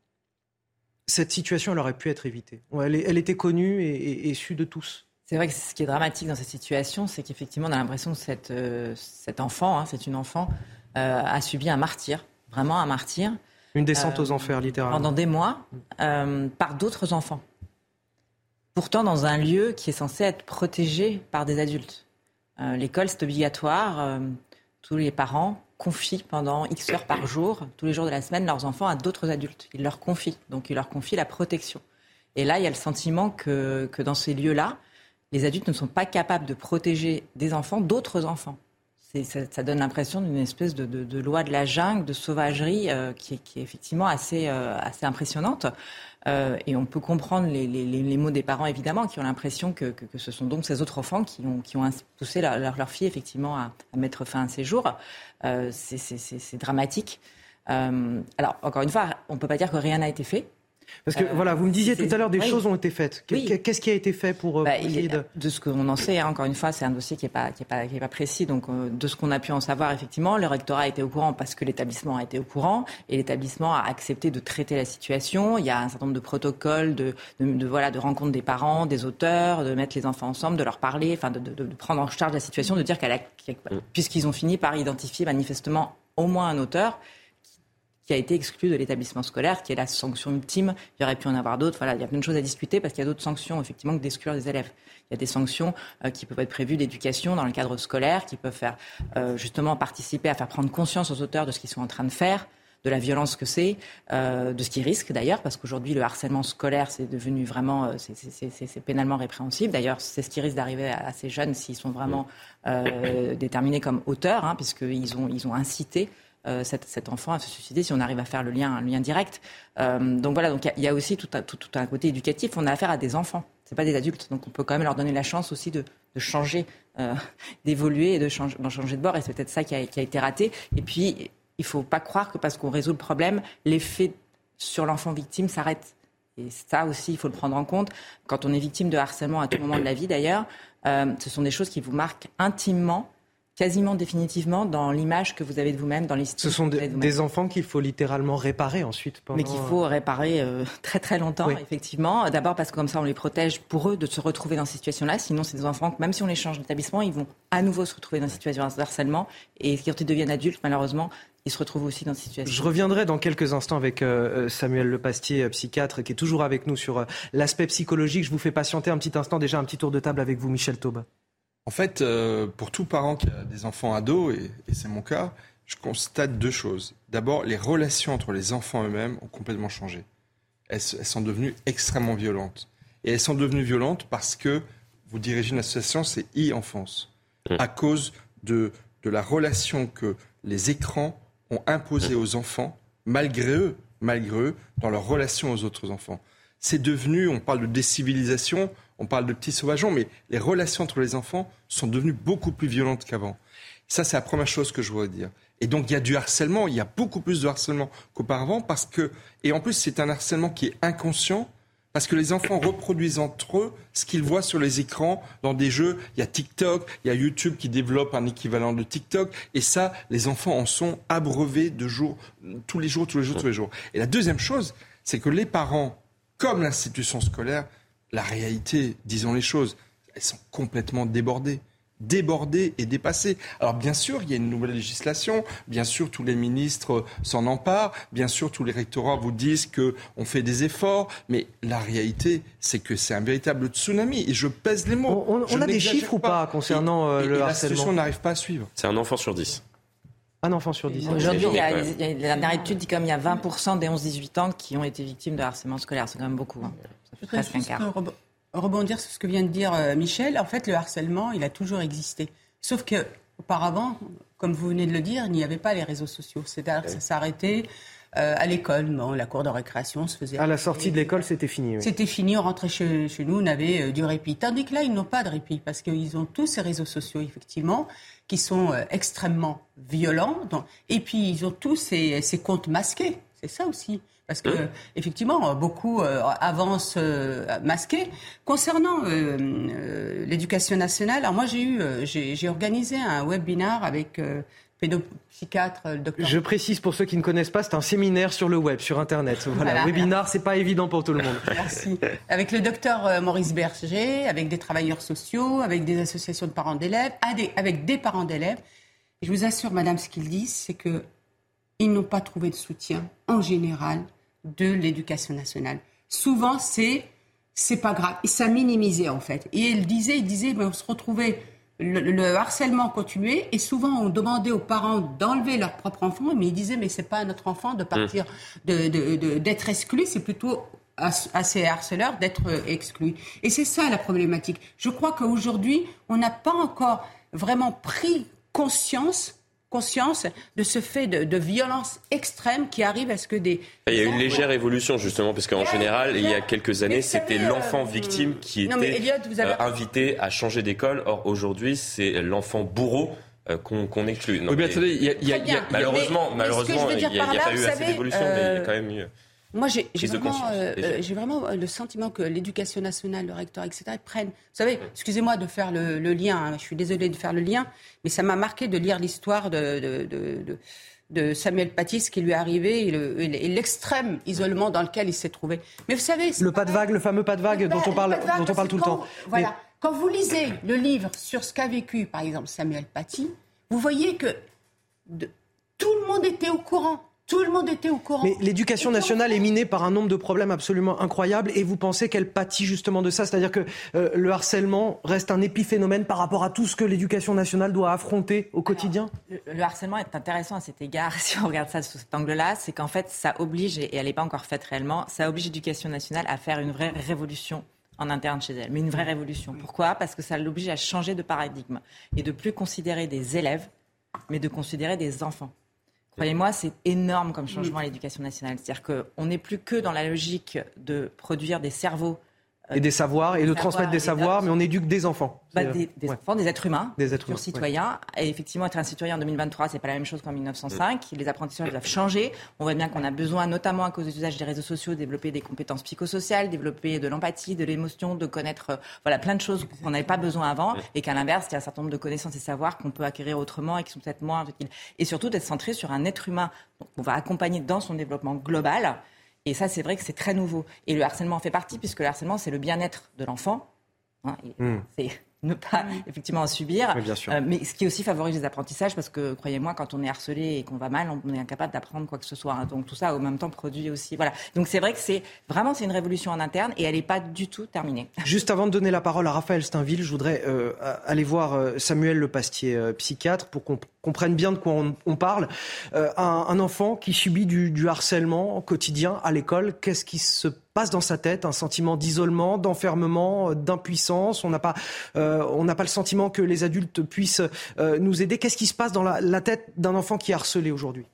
cette situation, elle aurait pu être évitée. Elle était connue et sue de tous. C'est vrai que ce qui est dramatique dans cette situation, c'est qu'effectivement, on a l'impression que cet enfant, c'est une enfant, a subi un martyr, vraiment un martyr. Une descente aux enfers, littéralement. Pendant des mois, par d'autres enfants. Pourtant, dans un lieu qui est censé être protégé par des adultes. L'école, c'est obligatoire. Tous les parents confient pendant X heures par jour, tous les jours de la semaine, leurs enfants à d'autres adultes. Ils leur confient. Donc, ils leur confient la protection. Et là, il y a le sentiment que dans ces lieux-là, les adultes ne sont pas capables de protéger des enfants, d'autres enfants. Ça donne l'impression d'une espèce de loi de la jungle, de sauvagerie qui est effectivement assez impressionnante. Et on peut comprendre les mots des parents, évidemment, qui ont l'impression que ce sont donc ces autres enfants qui ont poussé leur fille, effectivement, à mettre fin à ses jours. C'est dramatique. Alors, encore une fois, on ne peut pas dire que rien n'a été fait. Parce que voilà, vous me disiez tout à l'heure, des choses ont été faites. Qu'est-ce qui a été fait pour de ce qu'on en sait, encore une fois, c'est un dossier qui est pas précis. Donc, de ce qu'on a pu en savoir, effectivement, le rectorat a été au courant parce que l'établissement a été au courant et l'établissement a accepté de traiter la situation. Il y a un certain nombre de protocoles, de rencontres des parents, des auteurs, de mettre les enfants ensemble, de leur parler, enfin, de prendre en charge la situation, de dire puisqu'ils ont fini par identifier manifestement au moins un auteur qui a été exclu de l'établissement scolaire, qui est la sanction ultime. Il y aurait pu en avoir d'autres. Voilà, il y a plein de choses à discuter parce qu'il y a d'autres sanctions, effectivement, que d'exclure des élèves. Il y a des sanctions qui peuvent être prévues d'éducation dans le cadre scolaire, qui peuvent faire justement participer à faire prendre conscience aux auteurs de ce qu'ils sont en train de faire, de la violence que c'est, de ce qu'ils risquent d'ailleurs, parce qu'aujourd'hui, le harcèlement scolaire, c'est devenu vraiment, c'est pénalement répréhensible. D'ailleurs, c'est ce qui risque d'arriver à ces jeunes s'ils sont vraiment déterminés comme auteurs, puisqu'ils ont incité cet enfant à se suicider, si on arrive à faire un lien direct. Donc voilà, il y a aussi tout un côté éducatif. On a affaire à des enfants, c'est pas des adultes, donc on peut quand même leur donner la chance aussi de changer, d'évoluer et d'en changer de bord. Et c'est peut-être ça qui a été raté. Et puis, il faut pas croire que parce qu'on résout le problème, l'effet sur l'enfant victime s'arrête. Et ça aussi, il faut le prendre en compte. Quand on est victime de harcèlement à tout moment de la vie, d'ailleurs, ce sont des choses qui vous marquent intimement, quasiment définitivement dans l'image que vous avez de vous-même, dans l'estime. Ce sont des enfants qu'il faut littéralement réparer ensuite. Mais qu'il faut réparer très très longtemps, effectivement. D'abord parce que comme ça on les protège pour eux de se retrouver dans ces situations-là. Sinon c'est des enfants que même si on les change d'établissement, ils vont à nouveau se retrouver dans ces situations de harcèlement. Et quand ils deviennent adultes, malheureusement, ils se retrouvent aussi dans ces situations. Je reviendrai dans quelques instants avec Samuel Lepastier, psychiatre, qui est toujours avec nous sur l'aspect psychologique. Je vous fais patienter un petit instant, déjà un petit tour de table avec vous, Michel Taube. En fait, pour tout parent qui a des enfants ados, et c'est mon cas, je constate 2 choses. D'abord, les relations entre les enfants eux-mêmes ont complètement changé. Elles sont devenues extrêmement violentes. Et elles sont devenues violentes parce que vous dirigez une association, c'est e-enfance. À cause de la relation que les écrans ont imposée aux enfants, malgré eux, dans leur relation aux autres enfants. C'est devenu, on parle de décivilisation, on parle de petits sauvageons, mais les relations entre les enfants sont devenues beaucoup plus violentes qu'avant. Ça, c'est la première chose que je voudrais dire. Et donc, il y a du harcèlement, il y a beaucoup plus de harcèlement qu'auparavant, et en plus, c'est un harcèlement qui est inconscient, parce que les enfants reproduisent entre eux ce qu'ils voient sur les écrans, dans des jeux. Il y a TikTok, il y a YouTube qui développe un équivalent de TikTok, et ça, les enfants en sont abreuvés tous les jours. Et la deuxième chose, c'est que les parents, comme l'institution scolaire, la réalité, disons les choses, elles sont complètement débordées et dépassées. Alors bien sûr, il y a une nouvelle législation, bien sûr tous les ministres s'en emparent, bien sûr tous les rectorats vous disent qu'on fait des efforts, mais la réalité, c'est que c'est un véritable tsunami, et je pèse les mots. On a des chiffres ou pas concernant le harcèlement ? La situation n'arrive pas à suivre. C'est un enfant sur 10. Un enfant sur 10. Aujourd'hui, la dernière étude dit comme il y a 20% des 11-18 ans qui ont été victimes de harcèlement scolaire. C'est quand même beaucoup. Hein. Ça fait presque un quart. Rebondir sur ce que vient de dire Michel. En fait, le harcèlement, il a toujours existé. Sauf que auparavant, comme vous venez de le dire, il n'y avait pas les réseaux sociaux. C'est-à-dire que ça s'arrêtait à l'école. Bon, la cour de récréation se faisait... À la sortie de l'école, c'était fini. Oui. C'était fini, on rentrait chez nous, on avait du répit. Tandis que là, ils n'ont pas de répit parce qu'ils ont tous ces réseaux sociaux, effectivement, qui sont extrêmement violents. Et puis, ils ont tous ces comptes masqués. C'est ça aussi. Parce que, effectivement, beaucoup avancent masqués. Concernant l'éducation nationale, alors moi, j'ai organisé un webinaire avec pédopsychiatre, le docteur... Je précise pour ceux qui ne connaissent pas, c'est un séminaire sur le web, sur Internet. Voilà. Webinaire, c'est pas évident pour tout le monde. Merci. Avec le docteur Maurice Berger, avec des travailleurs sociaux, avec des associations de parents d'élèves, avec des parents d'élèves. Et je vous assure, madame, ce qu'ils disent, c'est qu'ils n'ont pas trouvé de soutien, en général, de l'éducation nationale. Souvent, c'est pas grave. Et ça minimisait, en fait. Et ils disaient, mais on se retrouvait... Le harcèlement continuait et souvent on demandait aux parents d'enlever leur propre enfant, mais ils disaient mais c'est pas à notre enfant de partir, d'être exclu, c'est plutôt à ces harceleurs d'être exclus. Et c'est ça la problématique. Je crois qu'aujourd'hui on n'a pas encore vraiment pris conscience de ce fait de violence extrême qui arrive à ce que des... Il y a une légère évolution justement, parce qu'en général, il y a quelques années, c'était l'enfant victime qui était invité à changer d'école. Or, aujourd'hui, c'est l'enfant bourreau qu'on exclut. Non, mais attendez, malheureusement, il n'y a pas eu assez d'évolution, mais il y a quand même eu... Moi, j'ai vraiment le sentiment que l'éducation nationale, le recteur, etc., prennent... Vous savez, excusez-moi de faire le lien, hein, je suis désolée de faire le lien, mais ça m'a marqué de lire l'histoire de Samuel Paty, ce qui lui est arrivé et l'extrême isolement dans lequel il s'est trouvé. Mais vous savez... Le pas de vague, le fameux pas de vague dont on parle tout le temps. Voilà. Mais... Quand vous lisez le livre sur ce qu'a vécu, par exemple, Samuel Paty, vous voyez que tout le monde était au courant. Tout le monde était au courant. Mais l'éducation nationale est minée par un nombre de problèmes absolument incroyables et vous pensez qu'elle pâtit justement de ça? C'est-à-dire que le harcèlement reste un épiphénomène par rapport à tout ce que l'éducation nationale doit affronter au quotidien? Le harcèlement est intéressant à cet égard, si on regarde ça sous cet angle-là, c'est qu'en fait ça oblige, et elle n'est pas encore faite réellement, ça oblige l'éducation nationale à faire une vraie révolution en interne chez elle. Mais une vraie révolution. Pourquoi? Parce que ça l'oblige à changer de paradigme et de plus considérer des élèves, mais de considérer des enfants. Croyez-moi, c'est énorme comme changement à l'éducation nationale. C'est-à-dire qu'on n'est plus que dans la logique de produire des cerveaux. Et des savoirs, et de transmettre des savoirs, mais on éduque des enfants. Des enfants, des êtres humains, purs citoyens. Ouais. Et effectivement, être un citoyen en 2023, c'est pas la même chose qu'en 1905. Les apprentissages doivent changer. On voit bien qu'on a besoin, notamment à cause des usages des réseaux sociaux, de développer des compétences psychosociales, développer de l'empathie, de l'émotion, de connaître plein de choses qu'on n'avait pas besoin avant. Et qu'à l'inverse, il y a un certain nombre de connaissances et savoirs qu'on peut acquérir autrement et qui sont peut-être moins utiles. Et surtout d'être centré sur un être humain qu'on va accompagner dans son développement global. Et ça, c'est vrai que c'est très nouveau. Et le harcèlement en fait partie, puisque le harcèlement, c'est le bien-être de l'enfant. C'est ne pas effectivement en subir. Bien sûr. Mais ce qui aussi favorise les apprentissages, parce que, croyez-moi, quand on est harcelé et qu'on va mal, on est incapable d'apprendre quoi que ce soit. Donc tout ça, au même temps, produit aussi... Voilà. Donc c'est vrai que c'est une révolution en interne et elle n'est pas du tout terminée. Juste avant de donner la parole à Raphaël Steinville, je voudrais aller voir Samuel Lepastier, psychiatre, pour qu'on comprenne bien de quoi on parle. Un enfant qui subit du harcèlement au quotidien à l'école, qu'est-ce qui se passe dans sa tête? Un sentiment d'isolement, d'enfermement, d'impuissance. On n'a pas le sentiment que les adultes puissent nous aider. Qu'est-ce qui se passe dans la tête d'un enfant qui est harcelé aujourd'hui?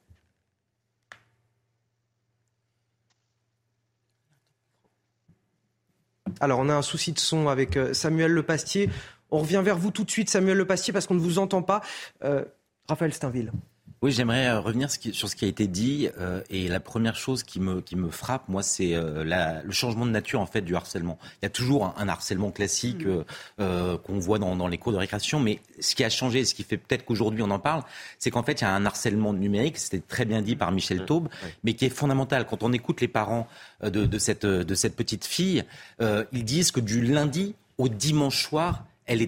Alors, on a un souci de son avec Samuel Lepastier. On revient vers vous tout de suite, Samuel Lepastier, parce qu'on ne vous entend pas. Raphaël Steinville. Oui, j'aimerais revenir sur ce qui a été dit. Et la première chose qui me frappe, moi, c'est le changement de nature en fait du harcèlement. Il y a toujours un harcèlement classique qu'on voit dans les cours de récréation, mais ce qui a changé, ce qui fait peut-être qu'aujourd'hui on en parle, c'est qu'en fait il y a un harcèlement numérique. C'était très bien dit par Michel Taube, mais qui est fondamental. Quand on écoute les parents de cette petite fille, ils disent que du lundi au dimanche soir, elle était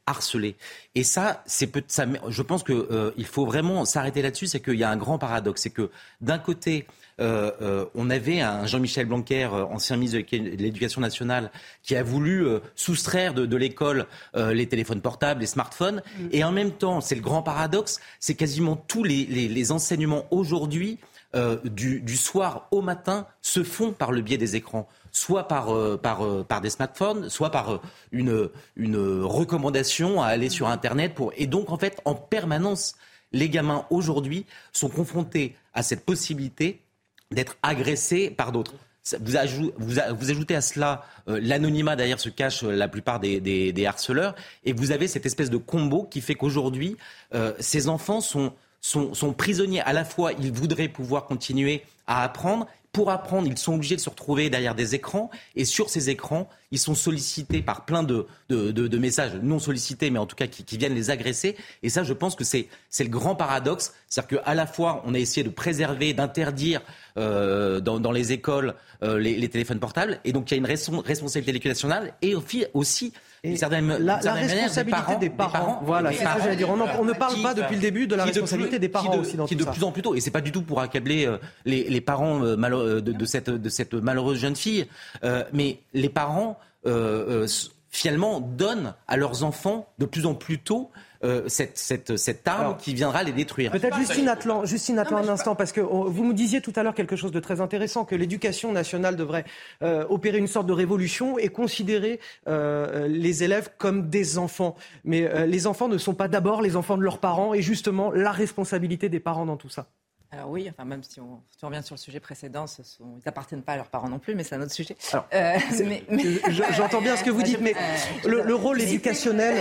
harcelés. Et ça, je pense que il faut vraiment s'arrêter là-dessus. C'est qu'il y a un grand paradoxe, c'est que d'un côté, on avait un Jean-Michel Blanquer, ancien ministre de l'Éducation nationale, qui a voulu soustraire de l'école les téléphones portables, les smartphones. Et en même temps, c'est le grand paradoxe, c'est quasiment tous les enseignements aujourd'hui, du soir au matin, se font par le biais des écrans. Soit par des smartphones, soit par une recommandation à aller sur Internet. Et donc, en fait, en permanence, les gamins, aujourd'hui, sont confrontés à cette possibilité d'être agressés par d'autres. Vous ajoutez à cela l'anonymat, derrière se cachent la plupart des harceleurs, et vous avez cette espèce de combo qui fait qu'aujourd'hui, ces enfants sont prisonniers. À la fois, ils voudraient pouvoir continuer à apprendre. Pour apprendre, ils sont obligés de se retrouver derrière des écrans. Et sur ces écrans, ils sont sollicités par plein de messages non sollicités, mais en tout cas qui viennent les agresser. Et ça, je pense que c'est le grand paradoxe. C'est-à-dire qu'à la fois, on a essayé de préserver, d'interdire dans les écoles les téléphones portables. Et donc, il y a une responsabilité de l'Éducation nationale et aussi... La responsabilité des parents. Voilà, c'est ça que j'allais dire. On ne parle pas depuis le début de la responsabilité des parents aussi dans tout ça. Qui de plus en plus tôt, et c'est pas du tout pour accabler les parents de cette malheureuse jeune fille, mais les parents finalement donnent à leurs enfants de plus en plus tôt cette arme qui viendra les détruire. Peut-être Justine Atlan un instant, parce que vous me disiez tout à l'heure quelque chose de très intéressant, que l'éducation nationale devrait opérer une sorte de révolution et considérer les élèves comme des enfants. Mais les enfants ne sont pas d'abord les enfants de leurs parents, et justement la responsabilité des parents dans tout ça. Alors oui, enfin même si on revient sur le sujet précédent, ils n'appartiennent pas à leurs parents non plus, mais c'est un autre sujet. Alors, j'entends bien ce que vous dites, mais le rôle éducationnel,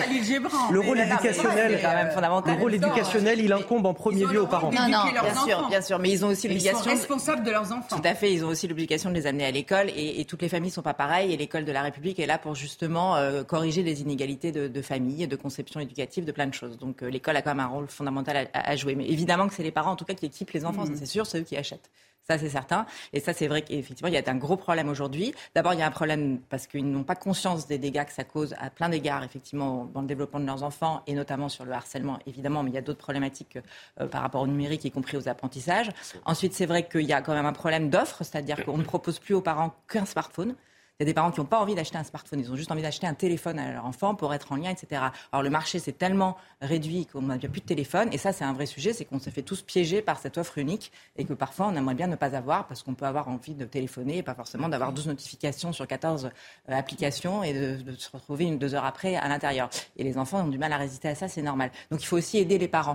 il incombe en premier lieu aux parents. Non, bien sûr, mais ils ont aussi l'obligation. Ils sont responsables de leurs enfants. Tout à fait, ils ont aussi l'obligation de les amener à l'école, et toutes les familles ne sont pas pareilles. Et l'école de la République est là pour justement corriger les inégalités de famille, de conception éducative, de plein de choses. Donc l'école a quand même un rôle fondamental à jouer. Mais évidemment que c'est les parents, en tout cas, qui équipent les enfants, ça, c'est sûr, c'est eux qui achètent. Ça, c'est certain. Et ça, c'est vrai qu'effectivement, il y a un gros problème aujourd'hui. D'abord, il y a un problème parce qu'ils n'ont pas conscience des dégâts que ça cause à plein d'égards, effectivement, dans le développement de leurs enfants, et notamment sur le harcèlement, évidemment. Mais il y a d'autres problématiques par rapport au numérique, y compris aux apprentissages. Ensuite, c'est vrai qu'il y a quand même un problème d'offre, c'est-à-dire qu'on ne propose plus aux parents qu'un smartphone. Il y a des parents qui n'ont pas envie d'acheter un smartphone, ils ont juste envie d'acheter un téléphone à leur enfant pour être en lien, etc. Alors le marché s'est tellement réduit qu'on n'a plus de téléphone, et ça c'est un vrai sujet, c'est qu'on se fait tous piéger par cette offre unique, et que parfois on aimerait bien ne pas avoir, parce qu'on peut avoir envie de téléphoner et pas forcément d'avoir 12 notifications sur 14 applications et de se retrouver 2 heures après à l'intérieur. Et les enfants ont du mal à résister à ça, c'est normal. Donc il faut aussi aider les parents.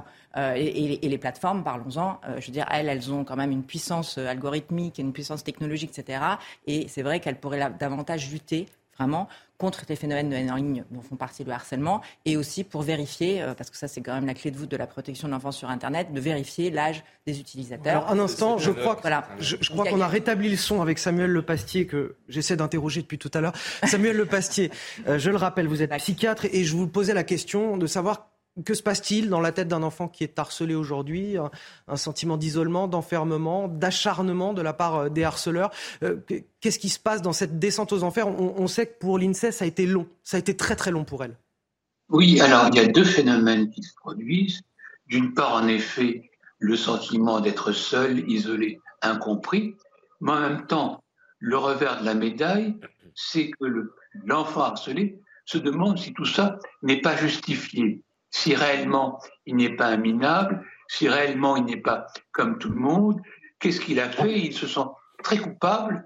Et les plateformes, parlons-en, je veux dire, elles ont quand même une puissance algorithmique, une puissance technologique, etc. Et c'est vrai qu'elles pourraient davantage lutter vraiment contre les phénomènes de haine en ligne dont font partie le harcèlement, et aussi pour vérifier, parce que ça c'est quand même la clé de voûte de la protection de l'enfance sur Internet, de vérifier l'âge des utilisateurs. Alors un instant, je crois qu'on a rétabli le son avec Samuel Lepastier, que j'essaie d'interroger depuis tout à l'heure. Samuel Lepastier, je le rappelle, vous êtes psychiatre, et je vous posais la question de savoir que se passe-t-il dans la tête d'un enfant qui est harcelé aujourd'hui, un sentiment d'isolement, d'enfermement, d'acharnement de la part des harceleurs. Qu'est-ce qui se passe dans cette descente aux enfers ? On sait que pour l'INSEE, ça a été long, ça a été très très long pour elle. Oui, alors il y a 2 phénomènes qui se produisent. D'une part, en effet, le sentiment d'être seul, isolé, incompris, mais en même temps, le revers de la médaille, c'est que l'enfant harcelé se demande si tout ça n'est pas justifié. Si réellement il n'est pas un minable, si réellement il n'est pas comme tout le monde, qu'est-ce qu'il a fait ? Il se sent très coupable,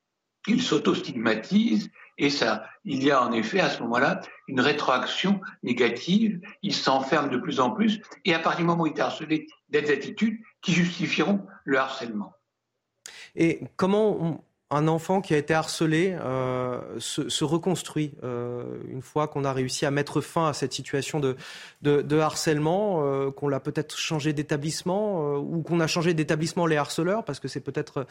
il s'auto-stigmatise, et ça, il y a en effet à ce moment-là une rétroaction négative, il s'enferme de plus en plus, et à partir du moment où il est harcelé, il y a des attitudes qui justifieront le harcèlement. Et comment un enfant qui a été harcelé se reconstruit une fois qu'on a réussi à mettre fin à cette situation de harcèlement, qu'on l'a peut-être changé d'établissement ou qu'on a changé d'établissement les harceleurs, parce que c'est peut-être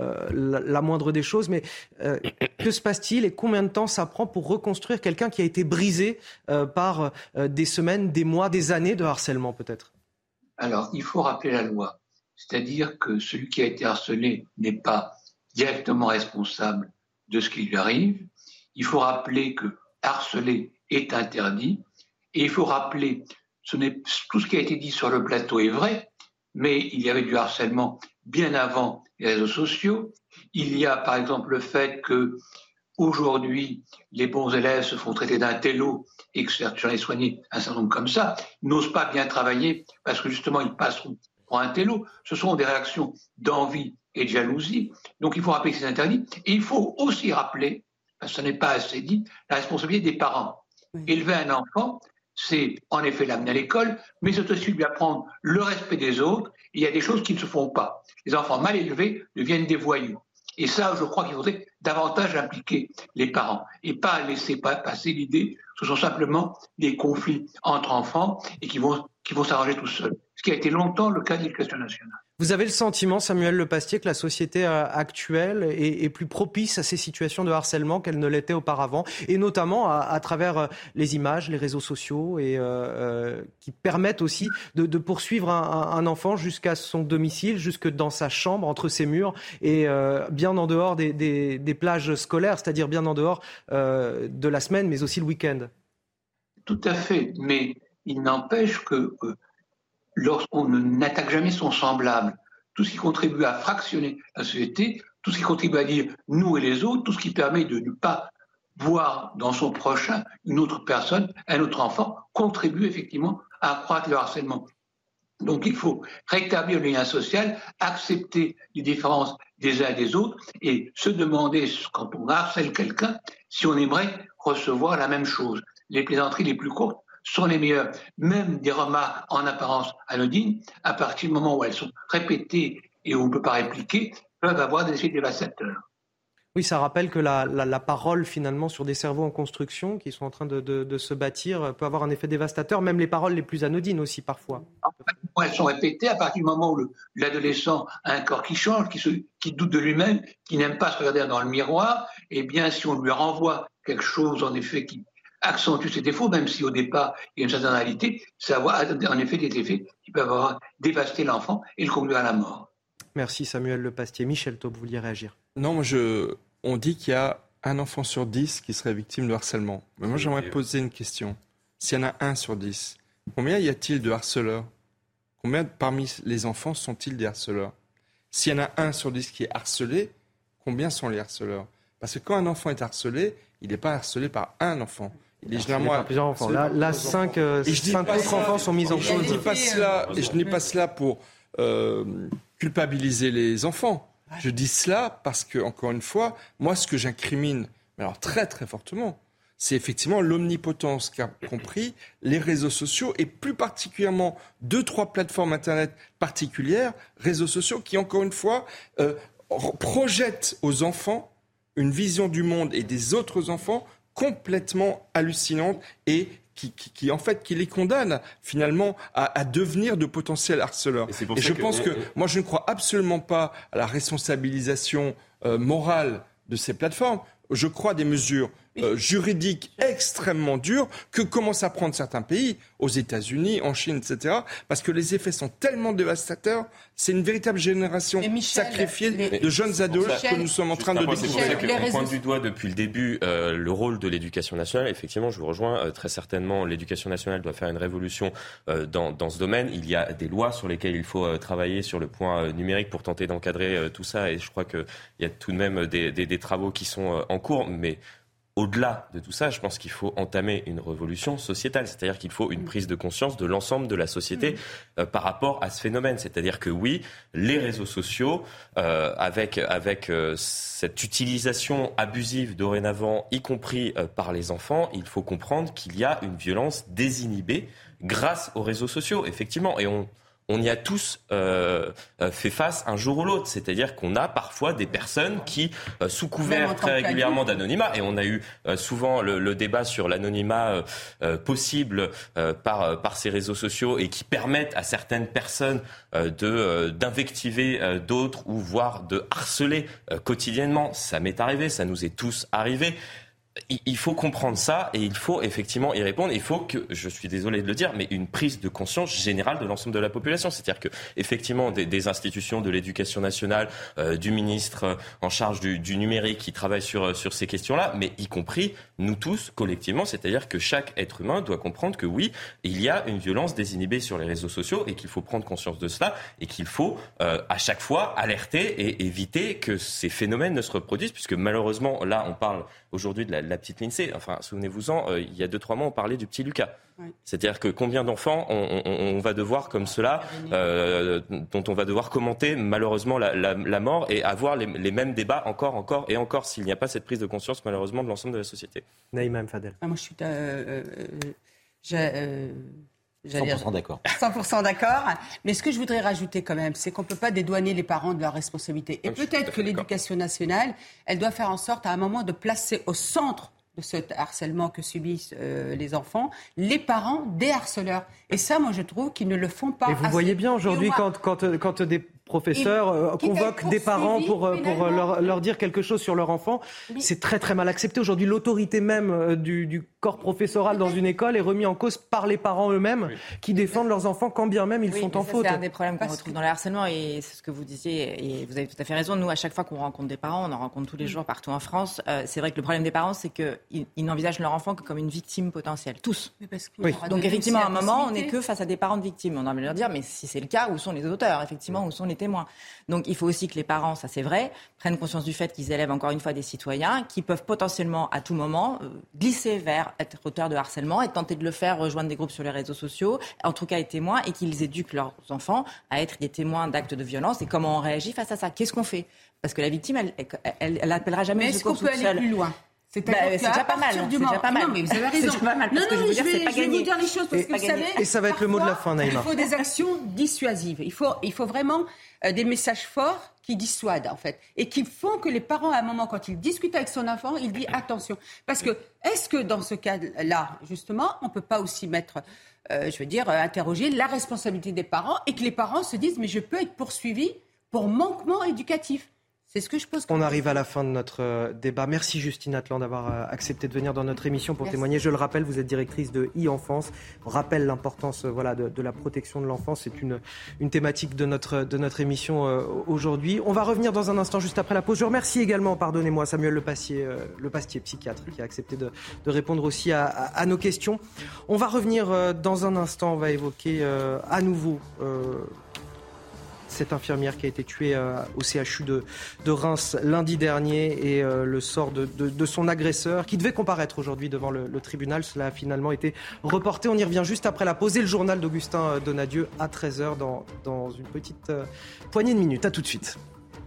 la moindre des choses. Mais que se passe-t-il et combien de temps ça prend pour reconstruire quelqu'un qui a été brisé par des semaines, des mois, des années de harcèlement peut-être ? Alors, il faut rappeler la loi. C'est-à-dire que celui qui a été harcelé n'est pas directement responsable de ce qui lui arrive. Il faut rappeler que harceler est interdit Et il faut rappeler, tout ce qui a été dit sur le plateau est vrai, mais il y avait du harcèlement bien avant les réseaux sociaux. Il y a par exemple le fait que aujourd'hui, les bons élèves se font traiter d'intello et que certains les soignés, un certain nombre comme ça, n'osent pas bien travailler parce que justement ils passeront pour intello. Ce sont des réactions d'envie et de jalousie. Donc il faut rappeler que c'est interdit. Et il faut aussi rappeler, parce que ce n'est pas assez dit, la responsabilité des parents. Oui. Élever un enfant, c'est en effet l'amener à l'école, mais c'est aussi lui apprendre le respect des autres. Il y a des choses qui ne se font pas. Les enfants mal élevés deviennent des voyous. Et ça, je crois qu'il faudrait davantage impliquer les parents et pas laisser passer l'idée que ce sont simplement des conflits entre enfants et qui vont s'arranger tout seuls. Ce qui a été longtemps le cas de l'éducation nationale. Vous avez le sentiment, Samuel Lepastier, que la société actuelle est plus propice à ces situations de harcèlement qu'elle ne l'était auparavant, et notamment à travers les images, les réseaux sociaux, et qui permettent aussi de poursuivre un enfant jusqu'à son domicile, jusque dans sa chambre, entre ses murs, et bien en dehors des plages scolaires, c'est-à-dire bien en dehors de la semaine, mais aussi le week-end. Tout à fait, mais il n'empêche que lorsqu'on n'attaque jamais son semblable, tout ce qui contribue à fractionner la société, tout ce qui contribue à dire nous et les autres, tout ce qui permet de ne pas voir dans son prochain une autre personne, un autre enfant, contribue effectivement à accroître le harcèlement. Donc il faut rétablir le lien social, accepter les différences des uns et des autres et se demander, quand on harcèle quelqu'un, si on aimerait recevoir la même chose. Les plaisanteries les plus courtes sont les meilleures. Même des remarques en apparence anodines, à partir du moment où elles sont répétées et où on ne peut pas répliquer, peuvent avoir des effets dévastateurs. Oui, ça rappelle que la parole, finalement, sur des cerveaux en construction qui sont en train de se bâtir, peut avoir un effet dévastateur, même les paroles les plus anodines aussi, parfois. Elles sont répétées à partir du moment où l'adolescent a un corps qui change, qui doute de lui-même, qui n'aime pas se regarder dans le miroir. Eh bien, si on lui renvoie quelque chose, en effet, qui accentue ses défauts, même si au départ il y a une certaine réalité, ça a en effet des effets qui peuvent avoir dévasté l'enfant et le conduire à la mort. Merci Samuel Lepastier. Michel Taube, vous vouliez réagir? Non, on dit qu'il y a un enfant sur 10 qui serait victime de harcèlement. Mais moi j'aimerais poser une question. S'il y en a 1 sur 10, combien y a-t-il de harceleurs? Combien parmi les enfants sont-ils des harceleurs? S'il y en a 1 sur 10 qui est harcelé, combien sont les harceleurs? Parce que quand un enfant est harcelé, il n'est pas harcelé par un enfant. Il est généralement plusieurs enfants. Là 5 autres enfants sont mis en cause. Je ne dis pas cela pour culpabiliser les enfants. Je dis cela parce que, encore une fois, moi, ce que j'incrimine, mais alors très très fortement, c'est effectivement l'omnipotence qu'a compris les réseaux sociaux et plus particulièrement 2-3 plateformes Internet particulières, réseaux sociaux qui, encore une fois, projettent aux enfants une vision du monde et des autres enfants complètement hallucinante et qui en fait, qui les condamne finalement à devenir de potentiels harceleurs. Et je pense que moi, je ne crois absolument pas à la responsabilisation morale de ces plateformes. Je crois à des mesures juridiques extrêmement dures que commencent à prendre certains pays, aux États-Unis, en Chine, etc. Parce que les effets sont tellement dévastateurs. C'est une véritable génération sacrifiée de jeunes ados que nous sommes en train de découvrir. On pointe du doigt depuis le début le rôle de l'éducation nationale. Effectivement, je vous rejoins très certainement. L'éducation nationale doit faire une révolution dans ce domaine. Il y a des lois sur lesquelles il faut travailler sur le point numérique pour tenter d'encadrer tout ça. Et je crois qu'il y a tout de même des travaux qui sont en cours. Mais au-delà de tout ça, je pense qu'il faut entamer une révolution sociétale, c'est-à-dire qu'il faut une prise de conscience de l'ensemble de la société par rapport à ce phénomène. C'est-à-dire que oui, les réseaux sociaux, avec cette utilisation abusive dorénavant, y compris par les enfants, il faut comprendre qu'il y a une violence désinhibée grâce aux réseaux sociaux, effectivement. Et on y a tous fait face un jour ou l'autre. C'est-à-dire qu'on a parfois des personnes qui, sous couvert très régulièrement d'anonymat, et on a eu souvent le débat sur l'anonymat possible par ces réseaux sociaux et qui permettent à certaines personnes d'invectiver d'autres ou voire de harceler quotidiennement. Ça m'est arrivé, ça nous est tous arrivé. il faut comprendre ça et il faut effectivement y répondre. Il faut que, je suis désolé de le dire, mais une prise de conscience générale de l'ensemble de la population. C'est-à-dire que effectivement des institutions de l'éducation nationale, du ministre en charge du numérique qui travaille sur ces questions-là, mais y compris nous tous collectivement. C'est-à-dire que chaque être humain doit comprendre que oui, il y a une violence désinhibée sur les réseaux sociaux et qu'il faut prendre conscience de cela et qu'il faut à chaque fois alerter et éviter que ces phénomènes ne se reproduisent, puisque malheureusement là on parle aujourd'hui de la petite Lindsay. Enfin, souvenez-vous-en, il y a 2-3 mois, on parlait du petit Lucas. Oui. C'est-à-dire que combien d'enfants on va devoir comme cela, dont on va devoir commenter malheureusement la mort et avoir les mêmes débats encore et encore s'il n'y a pas cette prise de conscience malheureusement de l'ensemble de la société. Naïma M. Fadel. Moi, je suis 100% d'accord. 100% d'accord. Mais ce que je voudrais rajouter quand même, c'est qu'on ne peut pas dédouaner les parents de leurs responsabilités. Et peut-être que l'éducation nationale, elle doit faire en sorte à un moment de placer au centre de ce harcèlement que subissent les enfants, les parents des harceleurs. Et ça, moi, je trouve qu'ils ne le font pas. Et vous voyez bien aujourd'hui quand des professeurs convoquent des parents pour leur dire quelque chose sur leur enfant, c'est très très mal accepté. Aujourd'hui, l'autorité même du corps professoral dans une école est remise en cause par les parents eux-mêmes qui défendent leurs enfants quand bien même ils sont en faute. C'est un des problèmes qu'on retrouve dans le harcèlement et c'est ce que vous disiez et vous avez tout à fait raison. Nous, à chaque fois qu'on rencontre des parents, on en rencontre tous les jours partout en France, c'est vrai que le problème des parents, c'est qu'ils n'envisagent leur enfant que comme une victime potentielle. Tous. Donc effectivement, à un moment, on n'est que face à des parents de victimes. On a envie de leur dire, mais si c'est le cas, où sont les auteurs ? Effectivement, où sont les témoins ? Donc il faut aussi que les parents, ça c'est vrai, prennent conscience du fait qu'ils élèvent encore une fois des citoyens qui peuvent potentiellement à tout moment glisser vers être auteurs de harcèlement et tenter de le faire, rejoindre des groupes sur les réseaux sociaux, en tout cas être témoins et qu'ils éduquent leurs enfants à être des témoins d'actes de violence et comment on réagit face à ça. Qu'est-ce qu'on fait ? Parce que la victime, elle appellera jamais au secours toute seule. Mais est-ce qu'on peut aller plus loin ? C'est déjà pas mal. C'est déjà pas mal. Non, mais vous avez raison. C'est déjà pas mal. Parce que je veux dire, c'est pas gagné. Je vais vous dire les choses parce que vous savez. Et ça va être le mot de la fin, Naïma. Il faut des actions dissuasives. Il faut vraiment des messages forts qui dissuadent, en fait. Et qui font que les parents, à un moment, quand ils discutent avec son enfant, ils disent attention. Parce que, est-ce que dans ce cas-là, justement, on ne peut pas aussi mettre, interroger la responsabilité des parents et que les parents se disent mais je peux être poursuivi pour manquement éducatif. C'est ce que je pose. On arrive à la fin de notre débat. Merci Justine Atlan d'avoir accepté de venir dans notre émission pour témoigner. Je le rappelle, vous êtes directrice de e-enfance. On rappelle l'importance de la protection de l'enfance. C'est une thématique de notre émission aujourd'hui. On va revenir dans un instant juste après la pause. Je remercie également, pardonnez-moi, Samuel Lepastier, psychiatre, qui a accepté de répondre aussi à nos questions. On va revenir dans un instant. On va évoquer à nouveau cette infirmière qui a été tuée au CHU de Reims lundi dernier et le sort de son agresseur qui devait comparaître aujourd'hui devant le tribunal. Cela a finalement été reporté. On y revient juste après la pause et le journal d'Augustin Donadieu à 13h dans une petite poignée de minutes. À tout de suite.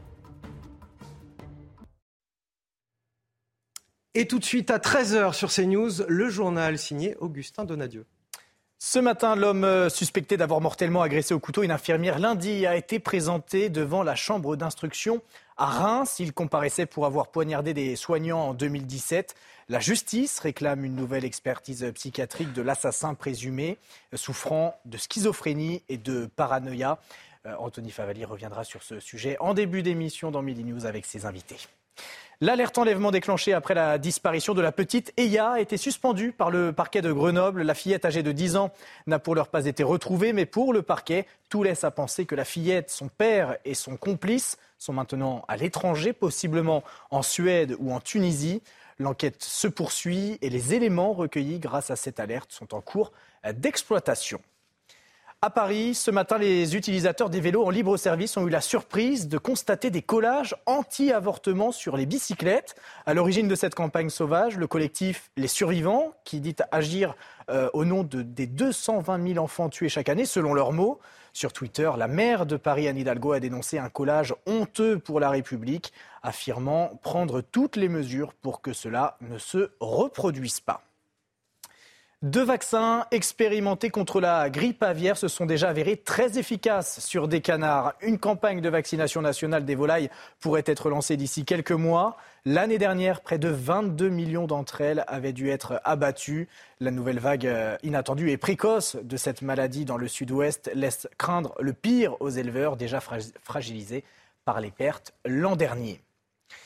Et tout de suite à 13h sur CNews, le journal signé Augustin Donadieu. Ce matin, l'homme suspecté d'avoir mortellement agressé au couteau une infirmière lundi a été présenté devant la chambre d'instruction à Reims. Il comparaissait pour avoir poignardé des soignants en 2017. La justice réclame une nouvelle expertise psychiatrique de l'assassin présumé, souffrant de schizophrénie et de paranoïa. Anthony Favali reviendra sur ce sujet en début d'émission dans Midi News avec ses invités. L'alerte enlèvement déclenchée après la disparition de la petite Eya a été suspendue par le parquet de Grenoble. La fillette âgée de 10 ans n'a pour l'heure pas été retrouvée, mais pour le parquet, tout laisse à penser que la fillette, son père et son complice sont maintenant à l'étranger, possiblement en Suède ou en Tunisie. L'enquête se poursuit et les éléments recueillis grâce à cette alerte sont en cours d'exploitation. À Paris, ce matin, les utilisateurs des vélos en libre service ont eu la surprise de constater des collages anti-avortement sur les bicyclettes. À l'origine de cette campagne sauvage, le collectif Les Survivants, qui dit agir au nom des 220 000 enfants tués chaque année, selon leurs mots. Sur Twitter, la maire de Paris, Anne Hidalgo, a dénoncé un collage honteux pour la République, affirmant prendre toutes les mesures pour que cela ne se reproduise pas. 2 vaccins expérimentés contre la grippe aviaire se sont déjà avérés très efficaces sur des canards. Une campagne de vaccination nationale des volailles pourrait être lancée d'ici quelques mois. L'année dernière, près de 22 millions d'entre elles avaient dû être abattues. La nouvelle vague inattendue et précoce de cette maladie dans le sud-ouest laisse craindre le pire aux éleveurs déjà fragilisés par les pertes l'an dernier.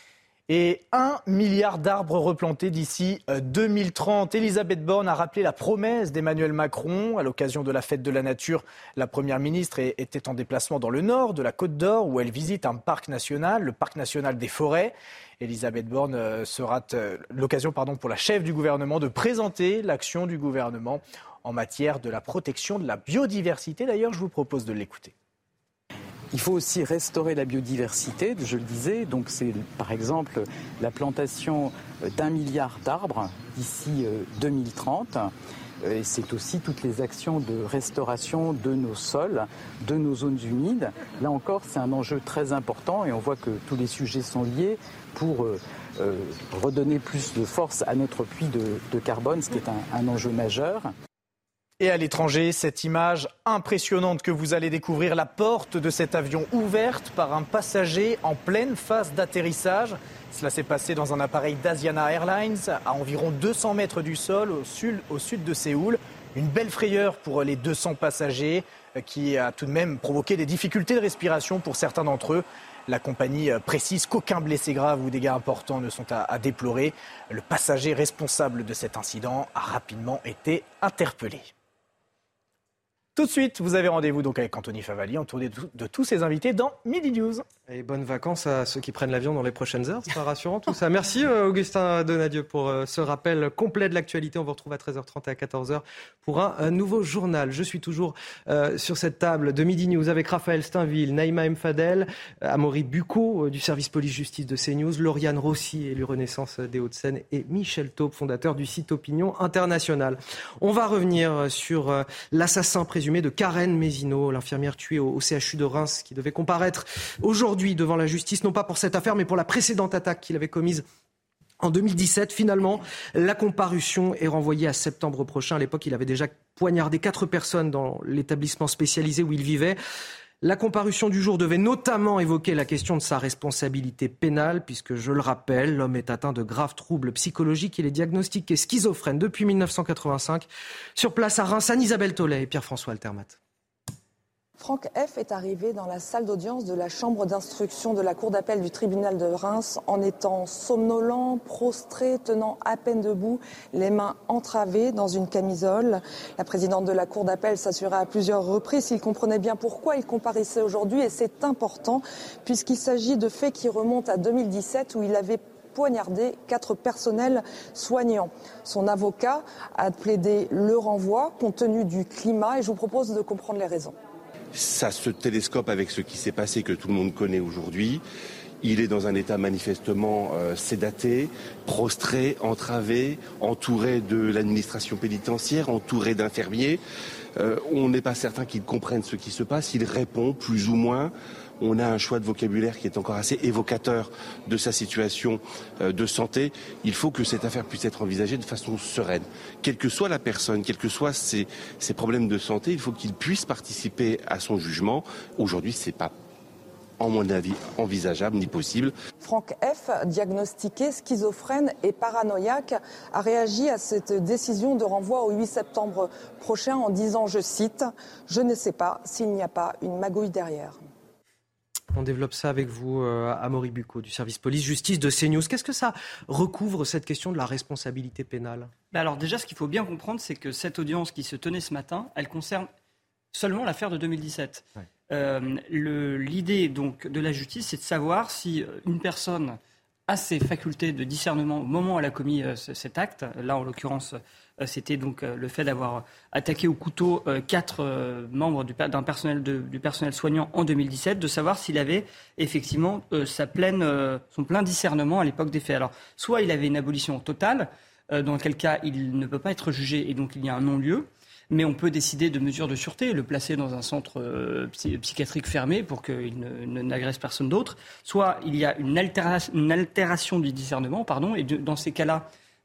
Et 1 milliard d'arbres replantés d'ici 2030. Elisabeth Borne a rappelé la promesse d'Emmanuel Macron. À l'occasion de la fête de la nature, la Première ministre était en déplacement dans le nord de la Côte d'Or où elle visite un parc national, le parc national des forêts. Elisabeth Borne sera l'occasion pour la chef du gouvernement de présenter l'action du gouvernement en matière de la protection de la biodiversité. D'ailleurs, je vous propose de l'écouter. Il faut aussi restaurer la biodiversité, je le disais. Donc c'est par exemple la plantation d'1 milliard d'arbres d'ici 2030. Et c'est aussi toutes les actions de restauration de nos sols, de nos zones humides. Là encore, c'est un enjeu très important et on voit que tous les sujets sont liés pour redonner plus de force à notre puits de carbone, ce qui est un enjeu majeur. Et à l'étranger, cette image impressionnante que vous allez découvrir, la porte de cet avion ouverte par un passager en pleine phase d'atterrissage. Cela s'est passé dans un appareil d'Asiana Airlines à environ 200 mètres du sol au sud de Séoul. Une belle frayeur pour les 200 passagers qui a tout de même provoqué des difficultés de respiration pour certains d'entre eux. La compagnie précise qu'aucun blessé grave ou dégâts importants ne sont à déplorer. Le passager responsable de cet incident a rapidement été interpellé. Tout de suite, vous avez rendez-vous donc avec Anthony Favali, entouré de tous ses invités dans Midi News. Et bonnes vacances à ceux qui prennent l'avion dans les prochaines heures, c'est pas rassurant tout ça. Merci Augustin Donadieu pour ce rappel complet de l'actualité. On vous retrouve à 13h30 et à 14h pour un nouveau journal. Je suis toujours sur cette table de Midi News avec Raphaël Steinville, Naïma Mfadel, Amaury Bucco du service police-justice de CNews, Lauriane Rossi, élue Renaissance des Hauts-de-Seine et Michel Taube, fondateur du site Opinion Internationale. On va revenir sur l'assassin présumé de Karen Mézineau, l'infirmière tuée au CHU de Reims qui devait comparaître aujourd'hui devant la justice, non pas pour cette affaire mais pour la précédente attaque qu'il avait commise en 2017. Finalement, la comparution est renvoyée à septembre prochain. À l'époque, il avait déjà poignardé 4 personnes dans l'établissement spécialisé où il vivait. La comparution du jour devait notamment évoquer la question de sa responsabilité pénale, puisque, je le rappelle, l'homme est atteint de graves troubles psychologiques. Il est diagnostiqué schizophrène depuis 1985. Sur place à Reims, Anne-Isabelle Tollet et Pierre-François Altermat. Franck F. est arrivé dans la salle d'audience de la chambre d'instruction de la cour d'appel du tribunal de Reims en étant somnolent, prostré, tenant à peine debout, les mains entravées dans une camisole. La présidente de la cour d'appel s'assurait à plusieurs reprises qu'il comprenait bien pourquoi il comparaissait aujourd'hui et c'est important puisqu'il s'agit de faits qui remontent à 2017 où il avait poignardé 4 personnels soignants. Son avocat a plaidé le renvoi compte tenu du climat et je vous propose de comprendre les raisons. Ça se télescope avec ce qui s'est passé, que tout le monde connaît aujourd'hui. Il est dans un état manifestement sédaté, prostré, entravé, entouré de l'administration pénitentiaire, entouré d'infirmiers. On n'est pas certain qu'il comprenne ce qui se passe. Il répond plus ou moins. On a un choix de vocabulaire qui est encore assez évocateur de sa situation de santé. Il faut que cette affaire puisse être envisagée de façon sereine. Quelle que soit la personne, quels que soient ses problèmes de santé, il faut qu'il puisse participer à son jugement. Aujourd'hui, c'est pas, en mon avis, envisageable ni possible. Franck F., diagnostiqué schizophrène et paranoïaque, a réagi à cette décision de renvoi au 8 septembre prochain en disant, je cite, « Je ne sais pas s'il n'y a pas une magouille derrière ». On développe ça avec vous, Amaury Bucco, du service police-justice de CNews. Qu'est-ce que ça recouvre, cette question de la responsabilité pénale ? Alors déjà, ce qu'il faut bien comprendre, c'est que cette audience qui se tenait ce matin, elle concerne seulement l'affaire de 2017. Ouais. L'idée donc de la justice, c'est de savoir si une personne a ses facultés de discernement au moment où elle a commis cet acte. Là, en l'occurrence, c'était donc le fait d'avoir attaqué au couteau 4 membres du personnel soignant en 2017, de savoir s'il avait effectivement son plein discernement à l'époque des faits. Alors, soit il avait une abolition totale, dans quel cas il ne peut pas être jugé et donc il y a un non-lieu, mais on peut décider de mesures de sûreté, le placer dans un centre psychiatrique fermé pour qu'il n'agresse personne d'autre. Soit il y a une altération du discernement, et dans ces cas-là,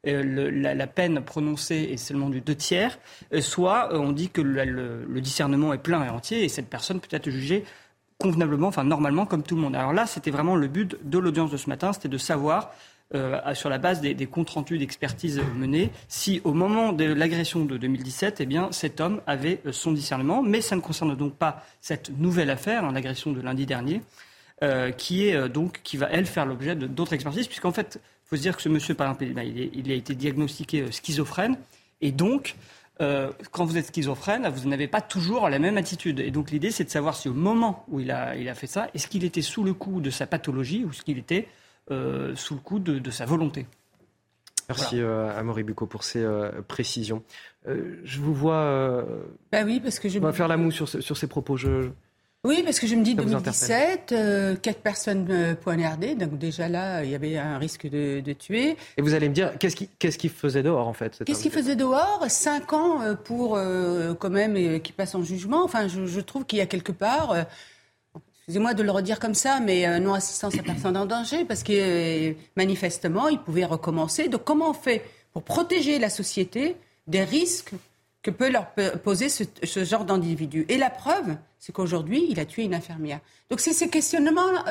la peine prononcée est seulement du 2/3. Soit on dit que le discernement est plein et entier et cette personne peut être jugée convenablement, normalement comme tout le monde. Alors là, c'était vraiment le but de l'audience de ce matin, c'était de savoir sur la base des comptes rendus d'expertise menés, si au moment de l'agression de 2017, cet homme avait son discernement. Mais ça ne concerne donc pas cette nouvelle affaire, l'agression de lundi dernier. qui va, elle, faire l'objet d'autres expertises, puisqu'en fait, il faut se dire que ce monsieur, par exemple, il a été diagnostiqué schizophrène, et donc, quand vous êtes schizophrène, vous n'avez pas toujours la même attitude. Et donc, l'idée, c'est de savoir si au moment où il a fait ça, est-ce qu'il était sous le coup de sa pathologie ou est-ce qu'il était sous le coup de sa volonté. Merci Amaury Bucco pour ces précisions. Je vous vois... oui, parce que on va faire la moue sur ces propos. Oui, parce que je me dis 2017, 4 personnes poignardées, donc déjà là, il y avait un risque de tuer. Et vous allez me dire, qu'est-ce qu'il faisait dehors en fait? Qu'est-ce qu'il faisait dehors? 5 ans pour quand même qu'il passe en jugement. Enfin, je trouve qu'il y a quelque part, excusez-moi de le redire comme ça, mais non-assistance à personne en danger, parce que manifestement, il pouvait recommencer. Donc comment on fait pour protéger la société des risques que peut leur poser ce genre d'individu? Et la preuve, c'est qu'aujourd'hui, il a tué une infirmière. Donc c'est ces questionnements-là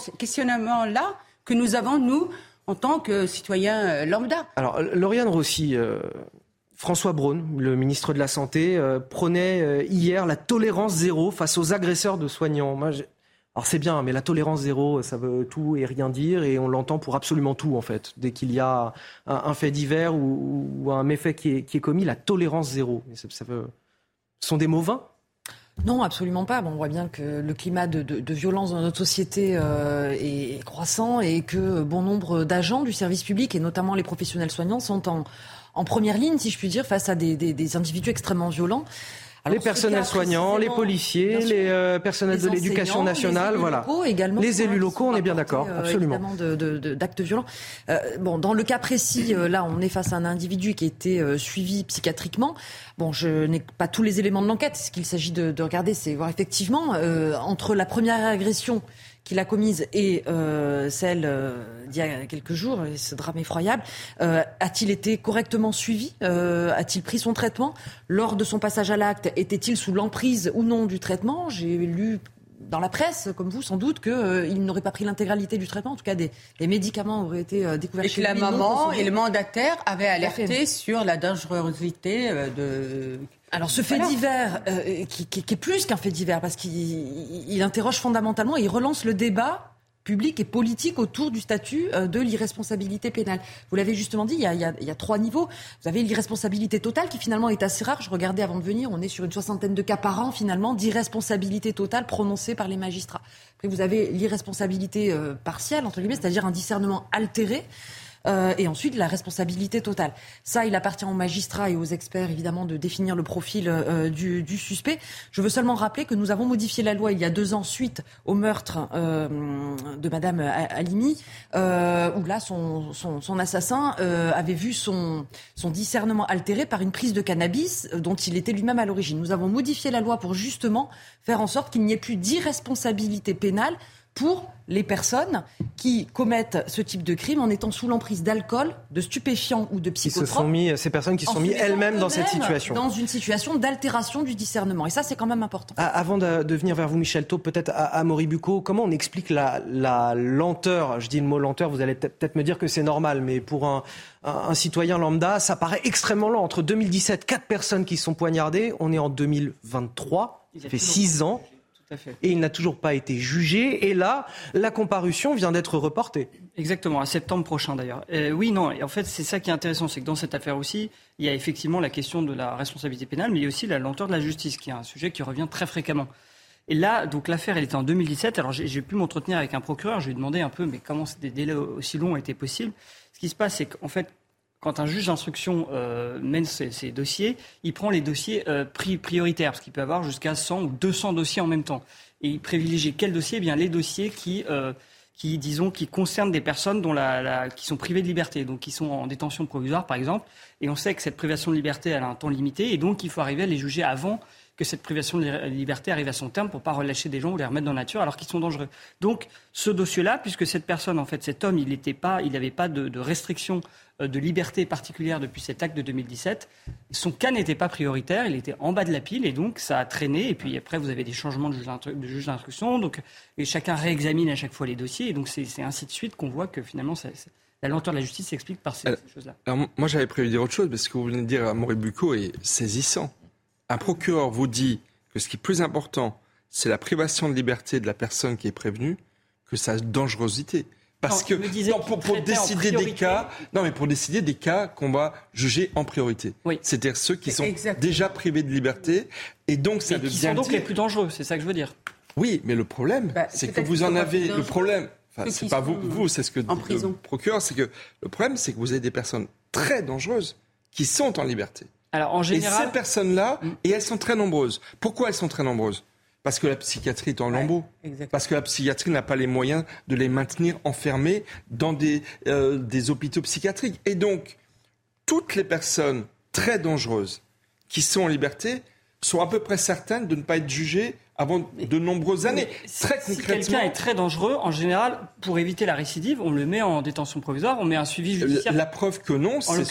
que nous avons, nous, en tant que citoyens lambda. Alors, Lauriane Rossi, François Braun, le ministre de la Santé, prônait hier la tolérance zéro face aux agresseurs de soignants. Alors c'est bien, mais la tolérance zéro, ça veut tout et rien dire, et on l'entend pour absolument tout, en fait. Dès qu'il y a un fait divers ou un méfait qui est commis, la tolérance zéro. Ce sont des mots vains? Non, absolument pas. Bon, on voit bien que le climat de violence dans notre société est croissant et que bon nombre d'agents du service public, et notamment les professionnels soignants, sont en première ligne, si je puis dire, face à des individus extrêmement violents. Alors, les personnels soignants, les policiers, les personnels de l'éducation nationale, les élus locaux, on est bien d'accord, absolument. Évidemment d'actes violents. Dans le cas précis, là, on est face à un individu qui a été suivi psychiatriquement. Bon, je n'ai pas tous les éléments de l'enquête. Ce qu'il s'agit de regarder, c'est voir effectivement entre la première agression qu'il a commise et celle d'il y a quelques jours, ce drame effroyable, a-t-il été correctement suivi? A-t-il pris son traitement? Lors de son passage à l'acte, était-il sous l'emprise ou non du traitement? J'ai lu dans la presse, comme vous sans doute, qu'il n'aurait pas pris l'intégralité du traitement. En tout cas, des médicaments auraient été découverts chez lui. Et que la maman et le mandataire avaient alerté sur la dangerosité de... Alors ce fait divers, qui est plus qu'un fait divers, parce qu'il interroge fondamentalement et il relance le débat public et politique autour du statut de l'irresponsabilité pénale. Vous l'avez justement dit, il y a 3 niveaux. Vous avez l'irresponsabilité totale qui finalement est assez rare. Je regardais avant de venir, on est sur une 60aine de cas par an finalement d'irresponsabilité totale prononcée par les magistrats. Après vous avez l'irresponsabilité partielle, entre guillemets, c'est-à-dire un discernement altéré. Et ensuite la responsabilité totale. Ça, il appartient aux magistrats et aux experts, évidemment, de définir le profil du suspect. Je veux seulement rappeler que nous avons modifié la loi il y a 2 ans suite au meurtre de Madame Halimi, où là, son assassin avait vu son discernement altéré par une prise de cannabis dont il était lui-même à l'origine. Nous avons modifié la loi pour justement faire en sorte qu'il n'y ait plus d'irresponsabilité pénale pour les personnes qui commettent ce type de crime en étant sous l'emprise d'alcool, de stupéfiants ou de psychotropes. Ces personnes qui se sont mis elles-mêmes dans cette situation. Dans une situation d'altération du discernement. Et ça, c'est quand même important. Avant de venir vers vous, Michel Taube, peut-être à Amaury Bucco, comment on explique la lenteur? Je dis le mot lenteur, vous allez peut-être me dire que c'est normal, mais pour un citoyen lambda, ça paraît extrêmement lent. Entre 2017, 4 personnes qui sont poignardées, on est en 2023, ça fait 6 ans. Et il n'a toujours pas été jugé. Et là, la comparution vient d'être reportée. Exactement, à septembre prochain d'ailleurs. Oui, non, et en fait, c'est ça qui est intéressant, c'est que dans cette affaire aussi, il y a effectivement la question de la responsabilité pénale, mais il y a aussi la lenteur de la justice, qui est un sujet qui revient très fréquemment. Et là, donc l'affaire, elle était en 2017. Alors j'ai pu m'entretenir avec un procureur, je lui ai demandé un peu, mais comment des délais aussi longs étaient possibles. Ce qui se passe, c'est qu'en fait, quand un juge d'instruction mène ses dossiers, il prend les dossiers prioritaires, parce qu'il peut avoir jusqu'à 100 ou 200 dossiers en même temps. Et il privilégie quels dossiers? Eh bien, les dossiers qui concernent des personnes qui sont privées de liberté, donc qui sont en détention provisoire, par exemple. Et on sait que cette privation de liberté, elle a un temps limité, et donc il faut arriver à les juger avant que cette privation de liberté arrive à son terme pour ne pas relâcher des gens ou les remettre dans la nature alors qu'ils sont dangereux. Donc, ce dossier-là, puisque cette personne, en fait, cet homme, il n'avait pas de restriction de liberté particulière depuis cet acte de 2017, son cas n'était pas prioritaire, il était en bas de la pile et donc ça a traîné. Et puis après, vous avez des changements de juge d'instruction, et chacun réexamine à chaque fois les dossiers. Et donc, c'est ainsi de suite qu'on voit que finalement, la lenteur de la justice s'explique par ces choses-là. Alors, moi, j'avais prévu de dire autre chose, parce que vous venez de dire à Amaury Bucco est saisissant. Un procureur vous dit que ce qui est plus important, c'est la privation de liberté de la personne qui est prévenue, que sa dangerosité. Parce que pour décider des cas qu'on va juger en priorité. Oui. C'est-à-dire ceux qui sont déjà privés de liberté. Et donc, ça veut bien dire... qui sont donc les plus dangereux, c'est ça que je veux dire. Oui, mais le problème, c'est que vous en avez... Le problème, c'est pas vous, c'est ce que dit le procureur, c'est que le problème, c'est que vous avez des personnes très dangereuses qui sont en liberté. Alors, en général... Et ces personnes-là, et elles sont très nombreuses. Pourquoi elles sont très nombreuses ? Parce que la psychiatrie est en lambeaux. Parce que la psychiatrie n'a pas les moyens de les maintenir enfermés dans des hôpitaux psychiatriques. Et donc, toutes les personnes très dangereuses qui sont en liberté sont à peu près certaines de ne pas être jugées avant de nombreuses années. Très concrètement, si quelqu'un est très dangereux, en général, pour éviter la récidive, on le met en détention provisoire, on met un suivi judiciaire. La preuve que non, c'est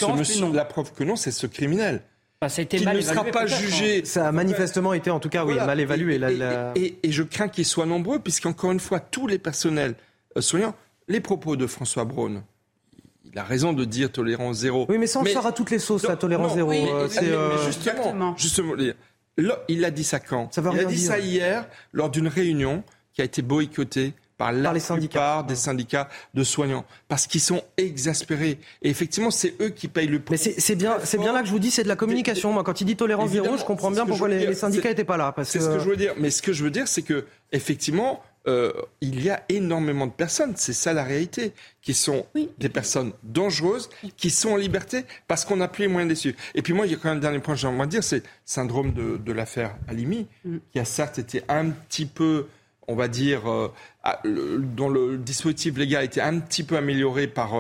ce criminel. Ça a été qui mal ne sera pas jugé. Ça a manifestement été, en tout cas, mal évalué. Et je crains qu'ils soient nombreux, puisqu'encore une fois, tous les personnels soignants, les propos de François Braun, il a raison de dire tolérance zéro. Oui, mais ça, on sort à toutes les sauces, la tolérance zéro. Oui, justement, il a dit ça quand ? Il a dit ça hier, lors d'une réunion qui a été boycottée par la plupart des syndicats de soignants, parce qu'ils sont exaspérés. Et effectivement, c'est eux qui payent le prix. Mais c'est bien là que je vous dis, c'est de la communication. Moi, quand il dit tolérance zéro, je comprends bien pourquoi les syndicats n'étaient pas là. C'est ce que je veux dire. Mais ce que je veux dire, c'est que effectivement, il y a énormément de personnes, c'est ça la réalité, qui sont des personnes dangereuses, qui sont en liberté parce qu'on n'a plus les moyens de les suivre. Et puis moi, il y a quand même un dernier point que j'ai envie de dire, c'est le syndrome de l'affaire Halimi, qui a certes été un petit peu, on va dire, dont le dispositif légal a été un petit peu amélioré par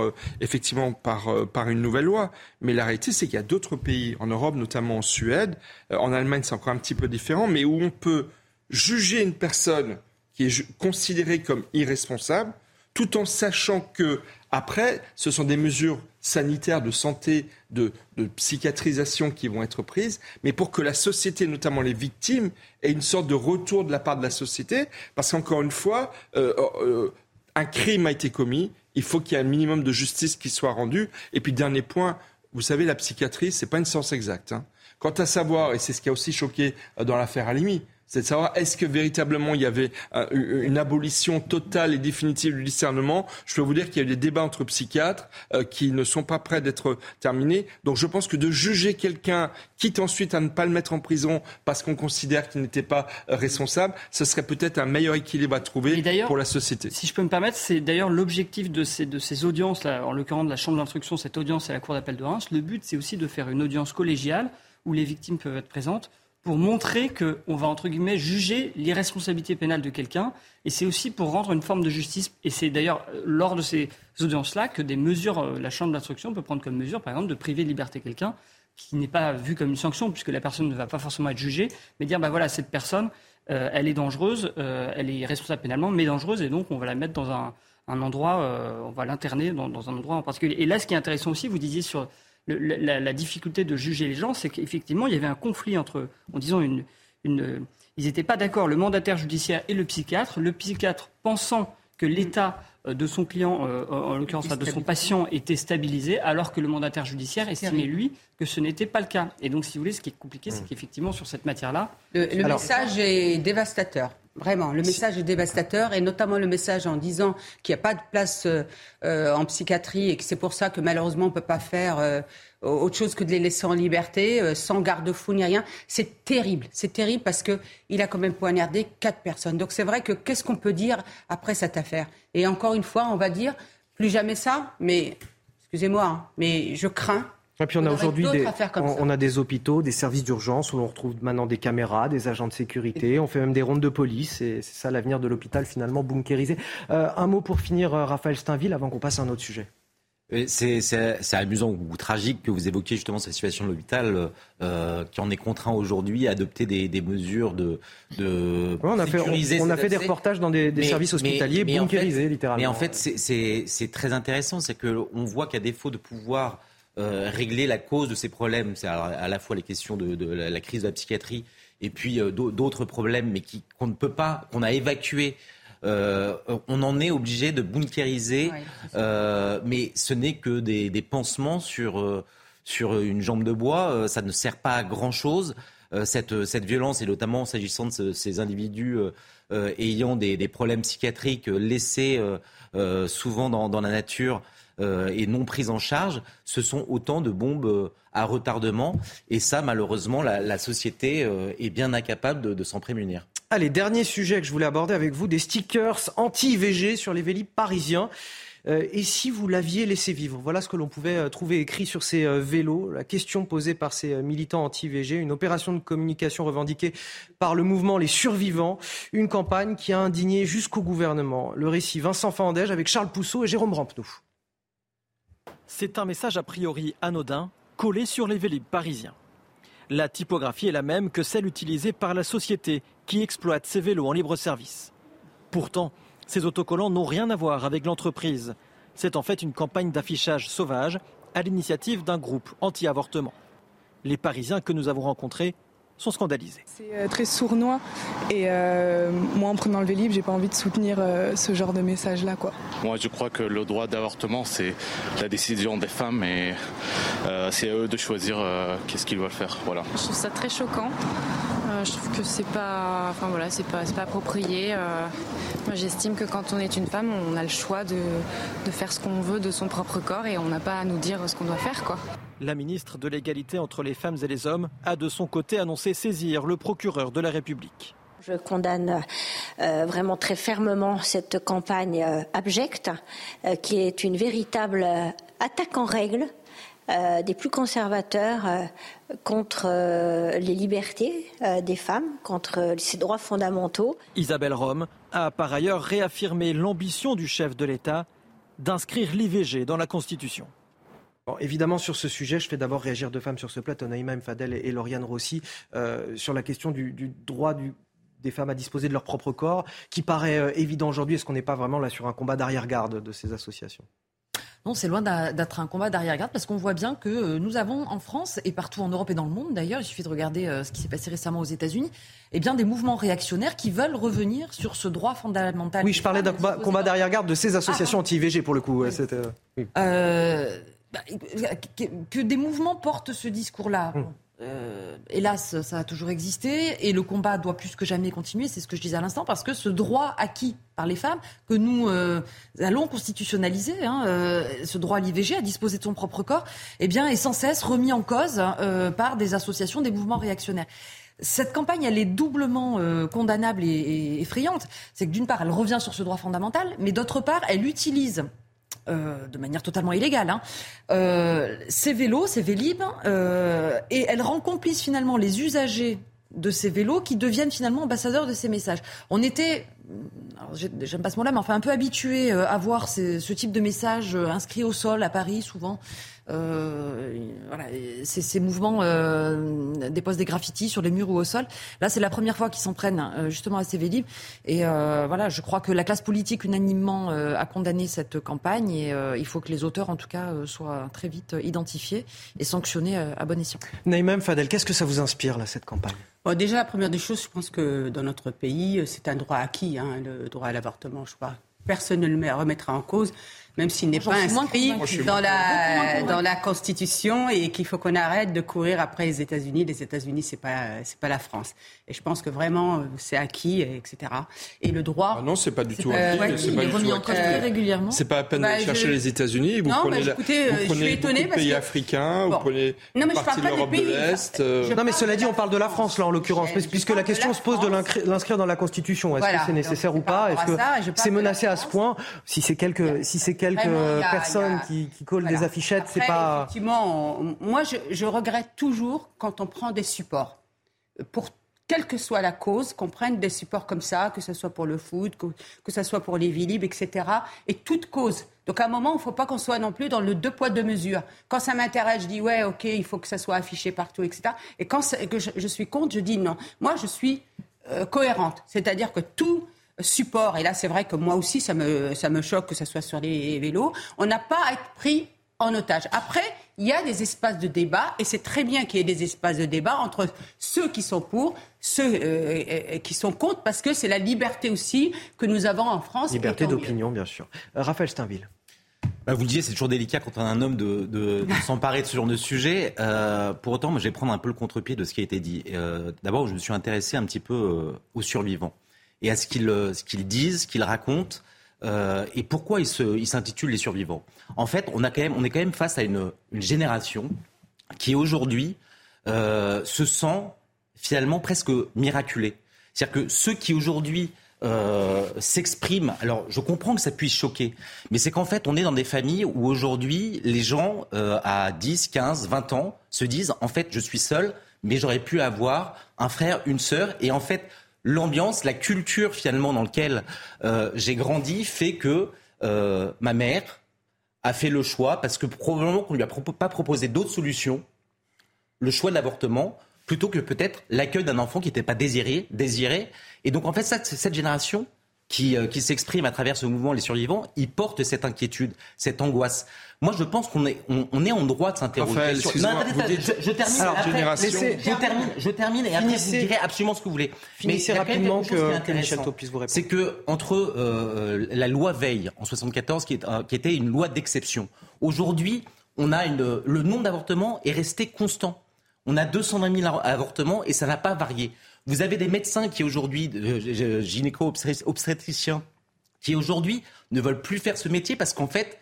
une nouvelle loi. Mais la réalité, c'est qu'il y a d'autres pays en Europe, notamment en Suède, en Allemagne, c'est encore un petit peu différent, mais où on peut juger une personne qui est considérée comme irresponsable, tout en sachant que après, ce sont des mesures sanitaires de santé, de psychiatrisation qui vont être prises, mais pour que la société, notamment les victimes, ait une sorte de retour de la part de la société, parce qu'encore une fois, un crime a été commis, il faut qu'il y ait un minimum de justice qui soit rendu. Et puis, dernier point, vous savez, la psychiatrie, c'est pas une science exacte. Quant à savoir, et c'est ce qui a aussi choqué dans l'affaire Halimi, c'est de savoir est-ce que véritablement il y avait une abolition totale et définitive du discernement. Je peux vous dire qu'il y a eu des débats entre psychiatres qui ne sont pas prêts d'être terminés. Donc je pense que de juger quelqu'un, quitte ensuite à ne pas le mettre en prison parce qu'on considère qu'il n'était pas responsable, ce serait peut-être un meilleur équilibre à trouver pour la société. Si je peux me permettre, c'est d'ailleurs l'objectif de ces audiences-là, en l'occurrence de la Chambre d'instruction, cette audience à la Cour d'appel de Reims. Le but, c'est aussi de faire une audience collégiale où les victimes peuvent être présentes, pour montrer qu'on va, entre guillemets, juger l'irresponsabilité pénale de quelqu'un. Et c'est aussi pour rendre une forme de justice. Et c'est d'ailleurs lors de ces audiences-là que des mesures, la Chambre d'instruction peut prendre comme mesure, par exemple, de priver de liberté quelqu'un qui n'est pas vu comme une sanction, puisque la personne ne va pas forcément être jugée, mais dire, voilà, cette personne, elle est dangereuse, elle est irresponsable pénalement, mais dangereuse, et donc on va la mettre dans un endroit, on va l'interner dans un endroit en particulier. Et là, ce qui est intéressant aussi, vous disiez sur... La difficulté de juger les gens, c'est qu'effectivement, il y avait un conflit entre, en disant, ils n'étaient pas d'accord, le mandataire judiciaire et le psychiatre. Le psychiatre pensant que l'état de son client, en l'occurrence de son patient, était stabilisé, alors que le mandataire judiciaire estimait, lui, que ce n'était pas le cas. Et donc, si vous voulez, ce qui est compliqué, c'est qu'effectivement, sur cette matière-là... Le message est dévastateur. Vraiment, le message est dévastateur, et notamment le message en disant qu'il n'y a pas de place en psychiatrie et que c'est pour ça que malheureusement on ne peut pas faire autre chose que de les laisser en liberté, sans garde-fou ni rien. C'est terrible parce qu'il a quand même poignardé 4 personnes. Donc c'est vrai que qu'est-ce qu'on peut dire après cette affaire ? Et encore une fois, on va dire plus jamais ça, mais excusez-moi, mais je crains. Et puis on a aujourd'hui on a des hôpitaux, des services d'urgence où on retrouve maintenant des caméras, des agents de sécurité, on fait même des rondes de police, et c'est ça l'avenir de l'hôpital finalement bunkérisé. Un mot pour finir, Raphaël Steinville, avant qu'on passe à un autre sujet. C'est amusant ou tragique que vous évoquiez justement cette situation de l'hôpital qui en est contraint aujourd'hui à adopter des mesures de sécuriser. On a fait des reportages dans des services hospitaliers bunkérisés, littéralement. Mais en fait, c'est très intéressant, c'est qu'on voit qu'à défaut de pouvoir régler la cause de ces problèmes, c'est à la fois les questions de la crise de la psychiatrie et puis d'autres problèmes, mais qu'on ne peut pas, qu'on a évacués. On en est obligé de bunkériser, mais ce n'est que des pansements sur une jambe de bois. Ça ne sert pas à grand-chose. cette violence, et notamment s'agissant de ces individus ayant des problèmes psychiatriques laissés souvent dans la nature et non pris en charge, ce sont autant de bombes à retardement. Et ça, malheureusement, la société est bien incapable de s'en prémunir. Allez, dernier sujet que je voulais aborder avec vous, des stickers anti-IVG sur les Vélib parisiens. Et si vous l'aviez laissé vivre? Voilà ce que l'on pouvait trouver écrit sur ces vélos. La question posée par ces militants anti-IVG, une opération de communication revendiquée par le mouvement Les Survivants, une campagne qui a indigné jusqu'au gouvernement. Le récit Vincent Fandège avec Charles Pousseau et Jérôme Rampenou. C'est un message a priori anodin, collé sur les Vélib parisiens. La typographie est la même que celle utilisée par la société qui exploite ces vélos en libre service. Pourtant, ces autocollants n'ont rien à voir avec l'entreprise. C'est en fait une campagne d'affichage sauvage à l'initiative d'un groupe anti-avortement. Les Parisiens que nous avons rencontrés sont scandalisés. C'est très sournois et moi en prenant le Vélib, j'ai pas envie de soutenir ce genre de message-là, quoi. Moi je crois que le droit d'avortement c'est la décision des femmes et c'est à eux de choisir qu'est-ce qu'ils veulent faire. Voilà. Je trouve ça très choquant. Je trouve que c'est pas approprié. Moi j'estime que quand on est une femme, on a le choix de faire ce qu'on veut de son propre corps et on n'a pas à nous dire ce qu'on doit faire, quoi. La ministre de l'Égalité entre les femmes et les hommes a de son côté annoncé saisir le procureur de la République. Je condamne vraiment très fermement cette campagne abjecte qui est une véritable attaque en règle des plus conservateurs contre les libertés des femmes, contre ces droits fondamentaux. Isabelle Rome a par ailleurs réaffirmé l'ambition du chef de l'État d'inscrire l'IVG dans la Constitution. Bon, évidemment, sur ce sujet, je fais d'abord réagir deux femmes sur ce plateau, Naïma M. Fadel et Lauriane Rossi, sur la question du droit des femmes à disposer de leur propre corps, qui paraît évident aujourd'hui. Est-ce qu'on n'est pas vraiment là sur un combat d'arrière-garde de ces associations ? Non, c'est loin d'être un combat d'arrière-garde parce qu'on voit bien que nous avons en France et partout en Europe et dans le monde d'ailleurs, il suffit de regarder ce qui s'est passé récemment aux États-Unis, eh bien des mouvements réactionnaires qui veulent revenir sur ce droit fondamental. Oui, je parlais d'un combat d'arrière-garde de ces associations anti-IVG pour le coup. Oui. Oui. Que des mouvements portent ce discours-là. Hélas, ça a toujours existé et le combat doit plus que jamais continuer, c'est ce que je disais à l'instant, parce que ce droit acquis par les femmes, que nous allons constitutionnaliser, ce droit à l'IVG, à disposer de son propre corps, eh bien, est sans cesse remis en cause par des associations, des mouvements réactionnaires. Cette campagne, elle est doublement condamnable et effrayante. C'est que d'une part, elle revient sur ce droit fondamental, mais d'autre part, elle utilise de manière totalement illégale, ces vélos, ces Vélib, et elle rend complice finalement les usagers de ces vélos qui deviennent finalement ambassadeurs de ces messages. On était, alors j'aime pas ce mot-là, mais enfin un peu habitués à voir ce type de messages inscrits au sol à Paris souvent. Voilà, ces mouvements déposent des graffitis sur les murs ou au sol. Là, c'est la première fois qu'ils s'en prennent justement à ces Vélib. Et voilà, je crois que la classe politique unanimement a condamné cette campagne et il faut que les auteurs, en tout cas, soient très vite identifiés et sanctionnés à bon escient. Naïma M. Fadel, qu'est-ce que ça vous inspire, là, cette campagne ? Bon, déjà, la première des choses, je pense que dans notre pays, c'est un droit acquis, le droit à l'avortement, je crois. Personne ne le remettra en cause, même s'il n'est pas inscrit dans la Constitution et qu'il faut qu'on arrête de courir après les États-Unis. Les États-Unis, c'est pas la France. Et je pense que vraiment, c'est acquis, etc. Et le droit... Ah non, c'est pas du tout acquis. Il est remis en cause très régulièrement. C'est pas à peine d'aller chercher les États-Unis. Vous prenez beaucoup de pays africains, vous prenez une partie de l'Europe de l'Est. Non, mais cela dit, on parle de la France, là, en l'occurrence, puisque la question se pose de l'inscrire dans la Constitution. Est-ce que c'est nécessaire ou pas ? Est-ce que c'est menacé à ce point ? Si c'est quelques personnes qui collent des affichettes, c'est pas... Effectivement, moi, je regrette toujours quand on prend des supports. Pour quelle que soit la cause, qu'on prenne des supports comme ça, que ce soit pour le foot, que ce soit pour les Vélib, etc. Et toute cause. Donc à un moment, il ne faut pas qu'on soit non plus dans le deux poids, deux mesures. Quand ça m'intéresse, je dis ouais, ok, il faut que ça soit affiché partout, etc. Et quand je suis contre, je dis non. Moi, je suis cohérente. C'est-à-dire que tout support, et là c'est vrai que moi aussi ça me choque que ça soit sur les vélos, on n'a pas à être pris en otage. Après, il y a des espaces de débat, et c'est très bien qu'il y ait des espaces de débat entre ceux qui sont pour, ceux qui sont contre, parce que c'est la liberté aussi que nous avons en France. Liberté d'opinion, bien sûr. Raphaël Steinville. Vous le disiez, c'est toujours délicat quand on a un homme de s'emparer de ce genre de sujet. Pour autant, moi, je vais prendre un peu le contre-pied de ce qui a été dit. D'abord, je me suis intéressé un petit peu aux survivants et à ce qu'ils disent, ce qu'ils racontent et pourquoi ils s'intitulent les survivants. En fait, on est quand même face à une génération qui aujourd'hui se sent finalement presque miraculée. C'est-à-dire que ceux qui aujourd'hui s'expriment. Alors, je comprends que ça puisse choquer, mais c'est qu'en fait, on est dans des familles où aujourd'hui, les gens à 10, 15, 20 ans se disent « En fait, je suis seul, mais j'aurais pu avoir un frère, une sœur. » Et en fait, l'ambiance, la culture finalement dans laquelle j'ai grandi fait que ma mère a fait le choix, parce que probablement qu'on ne lui a pas proposé d'autres solutions, le choix de l'avortement, plutôt que peut-être l'accueil d'un enfant qui n'était pas désiré. Et donc, en fait, cette génération qui s'exprime à travers ce mouvement Les Survivants, ils portent cette inquiétude, cette angoisse. Moi, je pense qu'on est en droit de s'interroger. Raphaël, excusez-moi, je termine. Alors, je termine et après, vous direz absolument ce que vous voulez. Finissez rapidement que Michel Taube puisse vous répondre. C'est que entre la loi Veil en 1974, qui était une loi d'exception, aujourd'hui, on a le nombre d'avortements est resté constant. On a 220 000 avortements et ça n'a pas varié. Vous avez des médecins qui aujourd'hui, gynéco-obstétriciens, qui aujourd'hui ne veulent plus faire ce métier parce qu'en fait,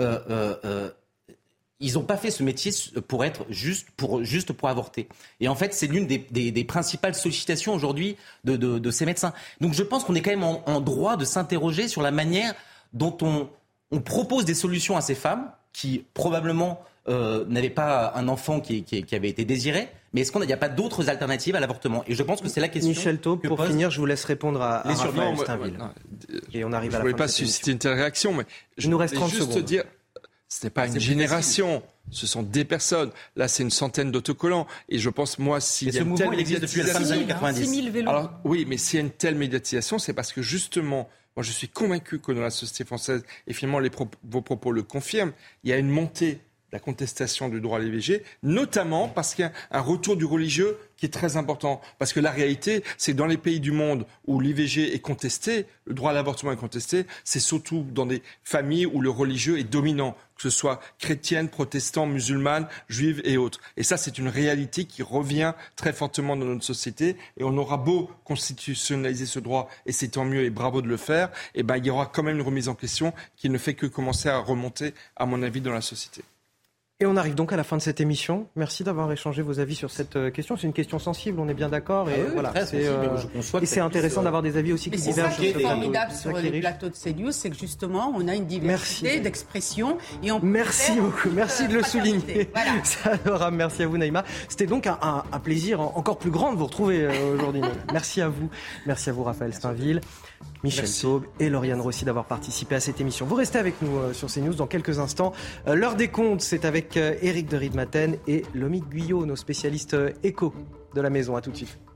ils n'ont pas fait ce métier pour être juste pour avorter. Et en fait, c'est l'une des principales sollicitations aujourd'hui de ces médecins. Donc je pense qu'on est quand même en droit de s'interroger sur la manière dont on propose des solutions à ces femmes qui probablement n'avaient pas un enfant qui avait été désiré, mais est-ce qu'il n'y a pas d'autres alternatives à l'avortement ? Et je pense que c'est la question. Michel Taube, pour finir, je vous laisse répondre à Raphaël Steinville. Et on arrive à la fin. Je ne voulais pas susciter une telle réaction, mais je nous reste 30 secondes. Juste dire, ce n'est pas une génération, ce sont des personnes. Là, c'est une centaine d'autocollants. Et je pense, moi, s'il y a une telle médiatisation... Depuis les années 90. 6 000 vélos. Alors, oui, mais s'il y a une telle médiatisation, c'est parce que justement... Moi, je suis convaincu que dans la société française, et finalement vos propos le confirment, il y a une montée de la contestation du droit à l'IVG, notamment parce qu'il y a un retour du religieux qui est très important. Parce que la réalité, c'est que dans les pays du monde où l'IVG est contesté, le droit à l'avortement est contesté, c'est surtout dans des familles où le religieux est dominant, que ce soit chrétienne, protestante, musulmane, juive et autres. Et ça, c'est une réalité qui revient très fortement dans notre société. Et on aura beau constitutionnaliser ce droit, et c'est tant mieux et bravo de le faire, et ben, il y aura quand même une remise en question qui ne fait que commencer à remonter, à mon avis, dans la société. Et on arrive donc à la fin de cette émission. Merci d'avoir échangé vos avis sur cette question. C'est une question sensible, on est bien d'accord. Et voilà, c'est intéressant d'avoir des avis aussi qui divergent. Ce qui est formidable sur le plateau de CNews, c'est que justement, on a une diversité d'expressions. Merci beaucoup, merci de le souligner. Voilà. C'est adorable, merci à vous Naïma. C'était donc un plaisir encore plus grand de vous retrouver aujourd'hui. Merci à vous Raphaël Steinville. Michel Taube et Lauriane Rossi d'avoir participé à cette émission. Vous restez avec nous sur CNews dans quelques instants. L'heure des comptes, c'est avec Éric de Ridmaten et Lomique Guyot, nos spécialistes éco de la maison. À tout de suite.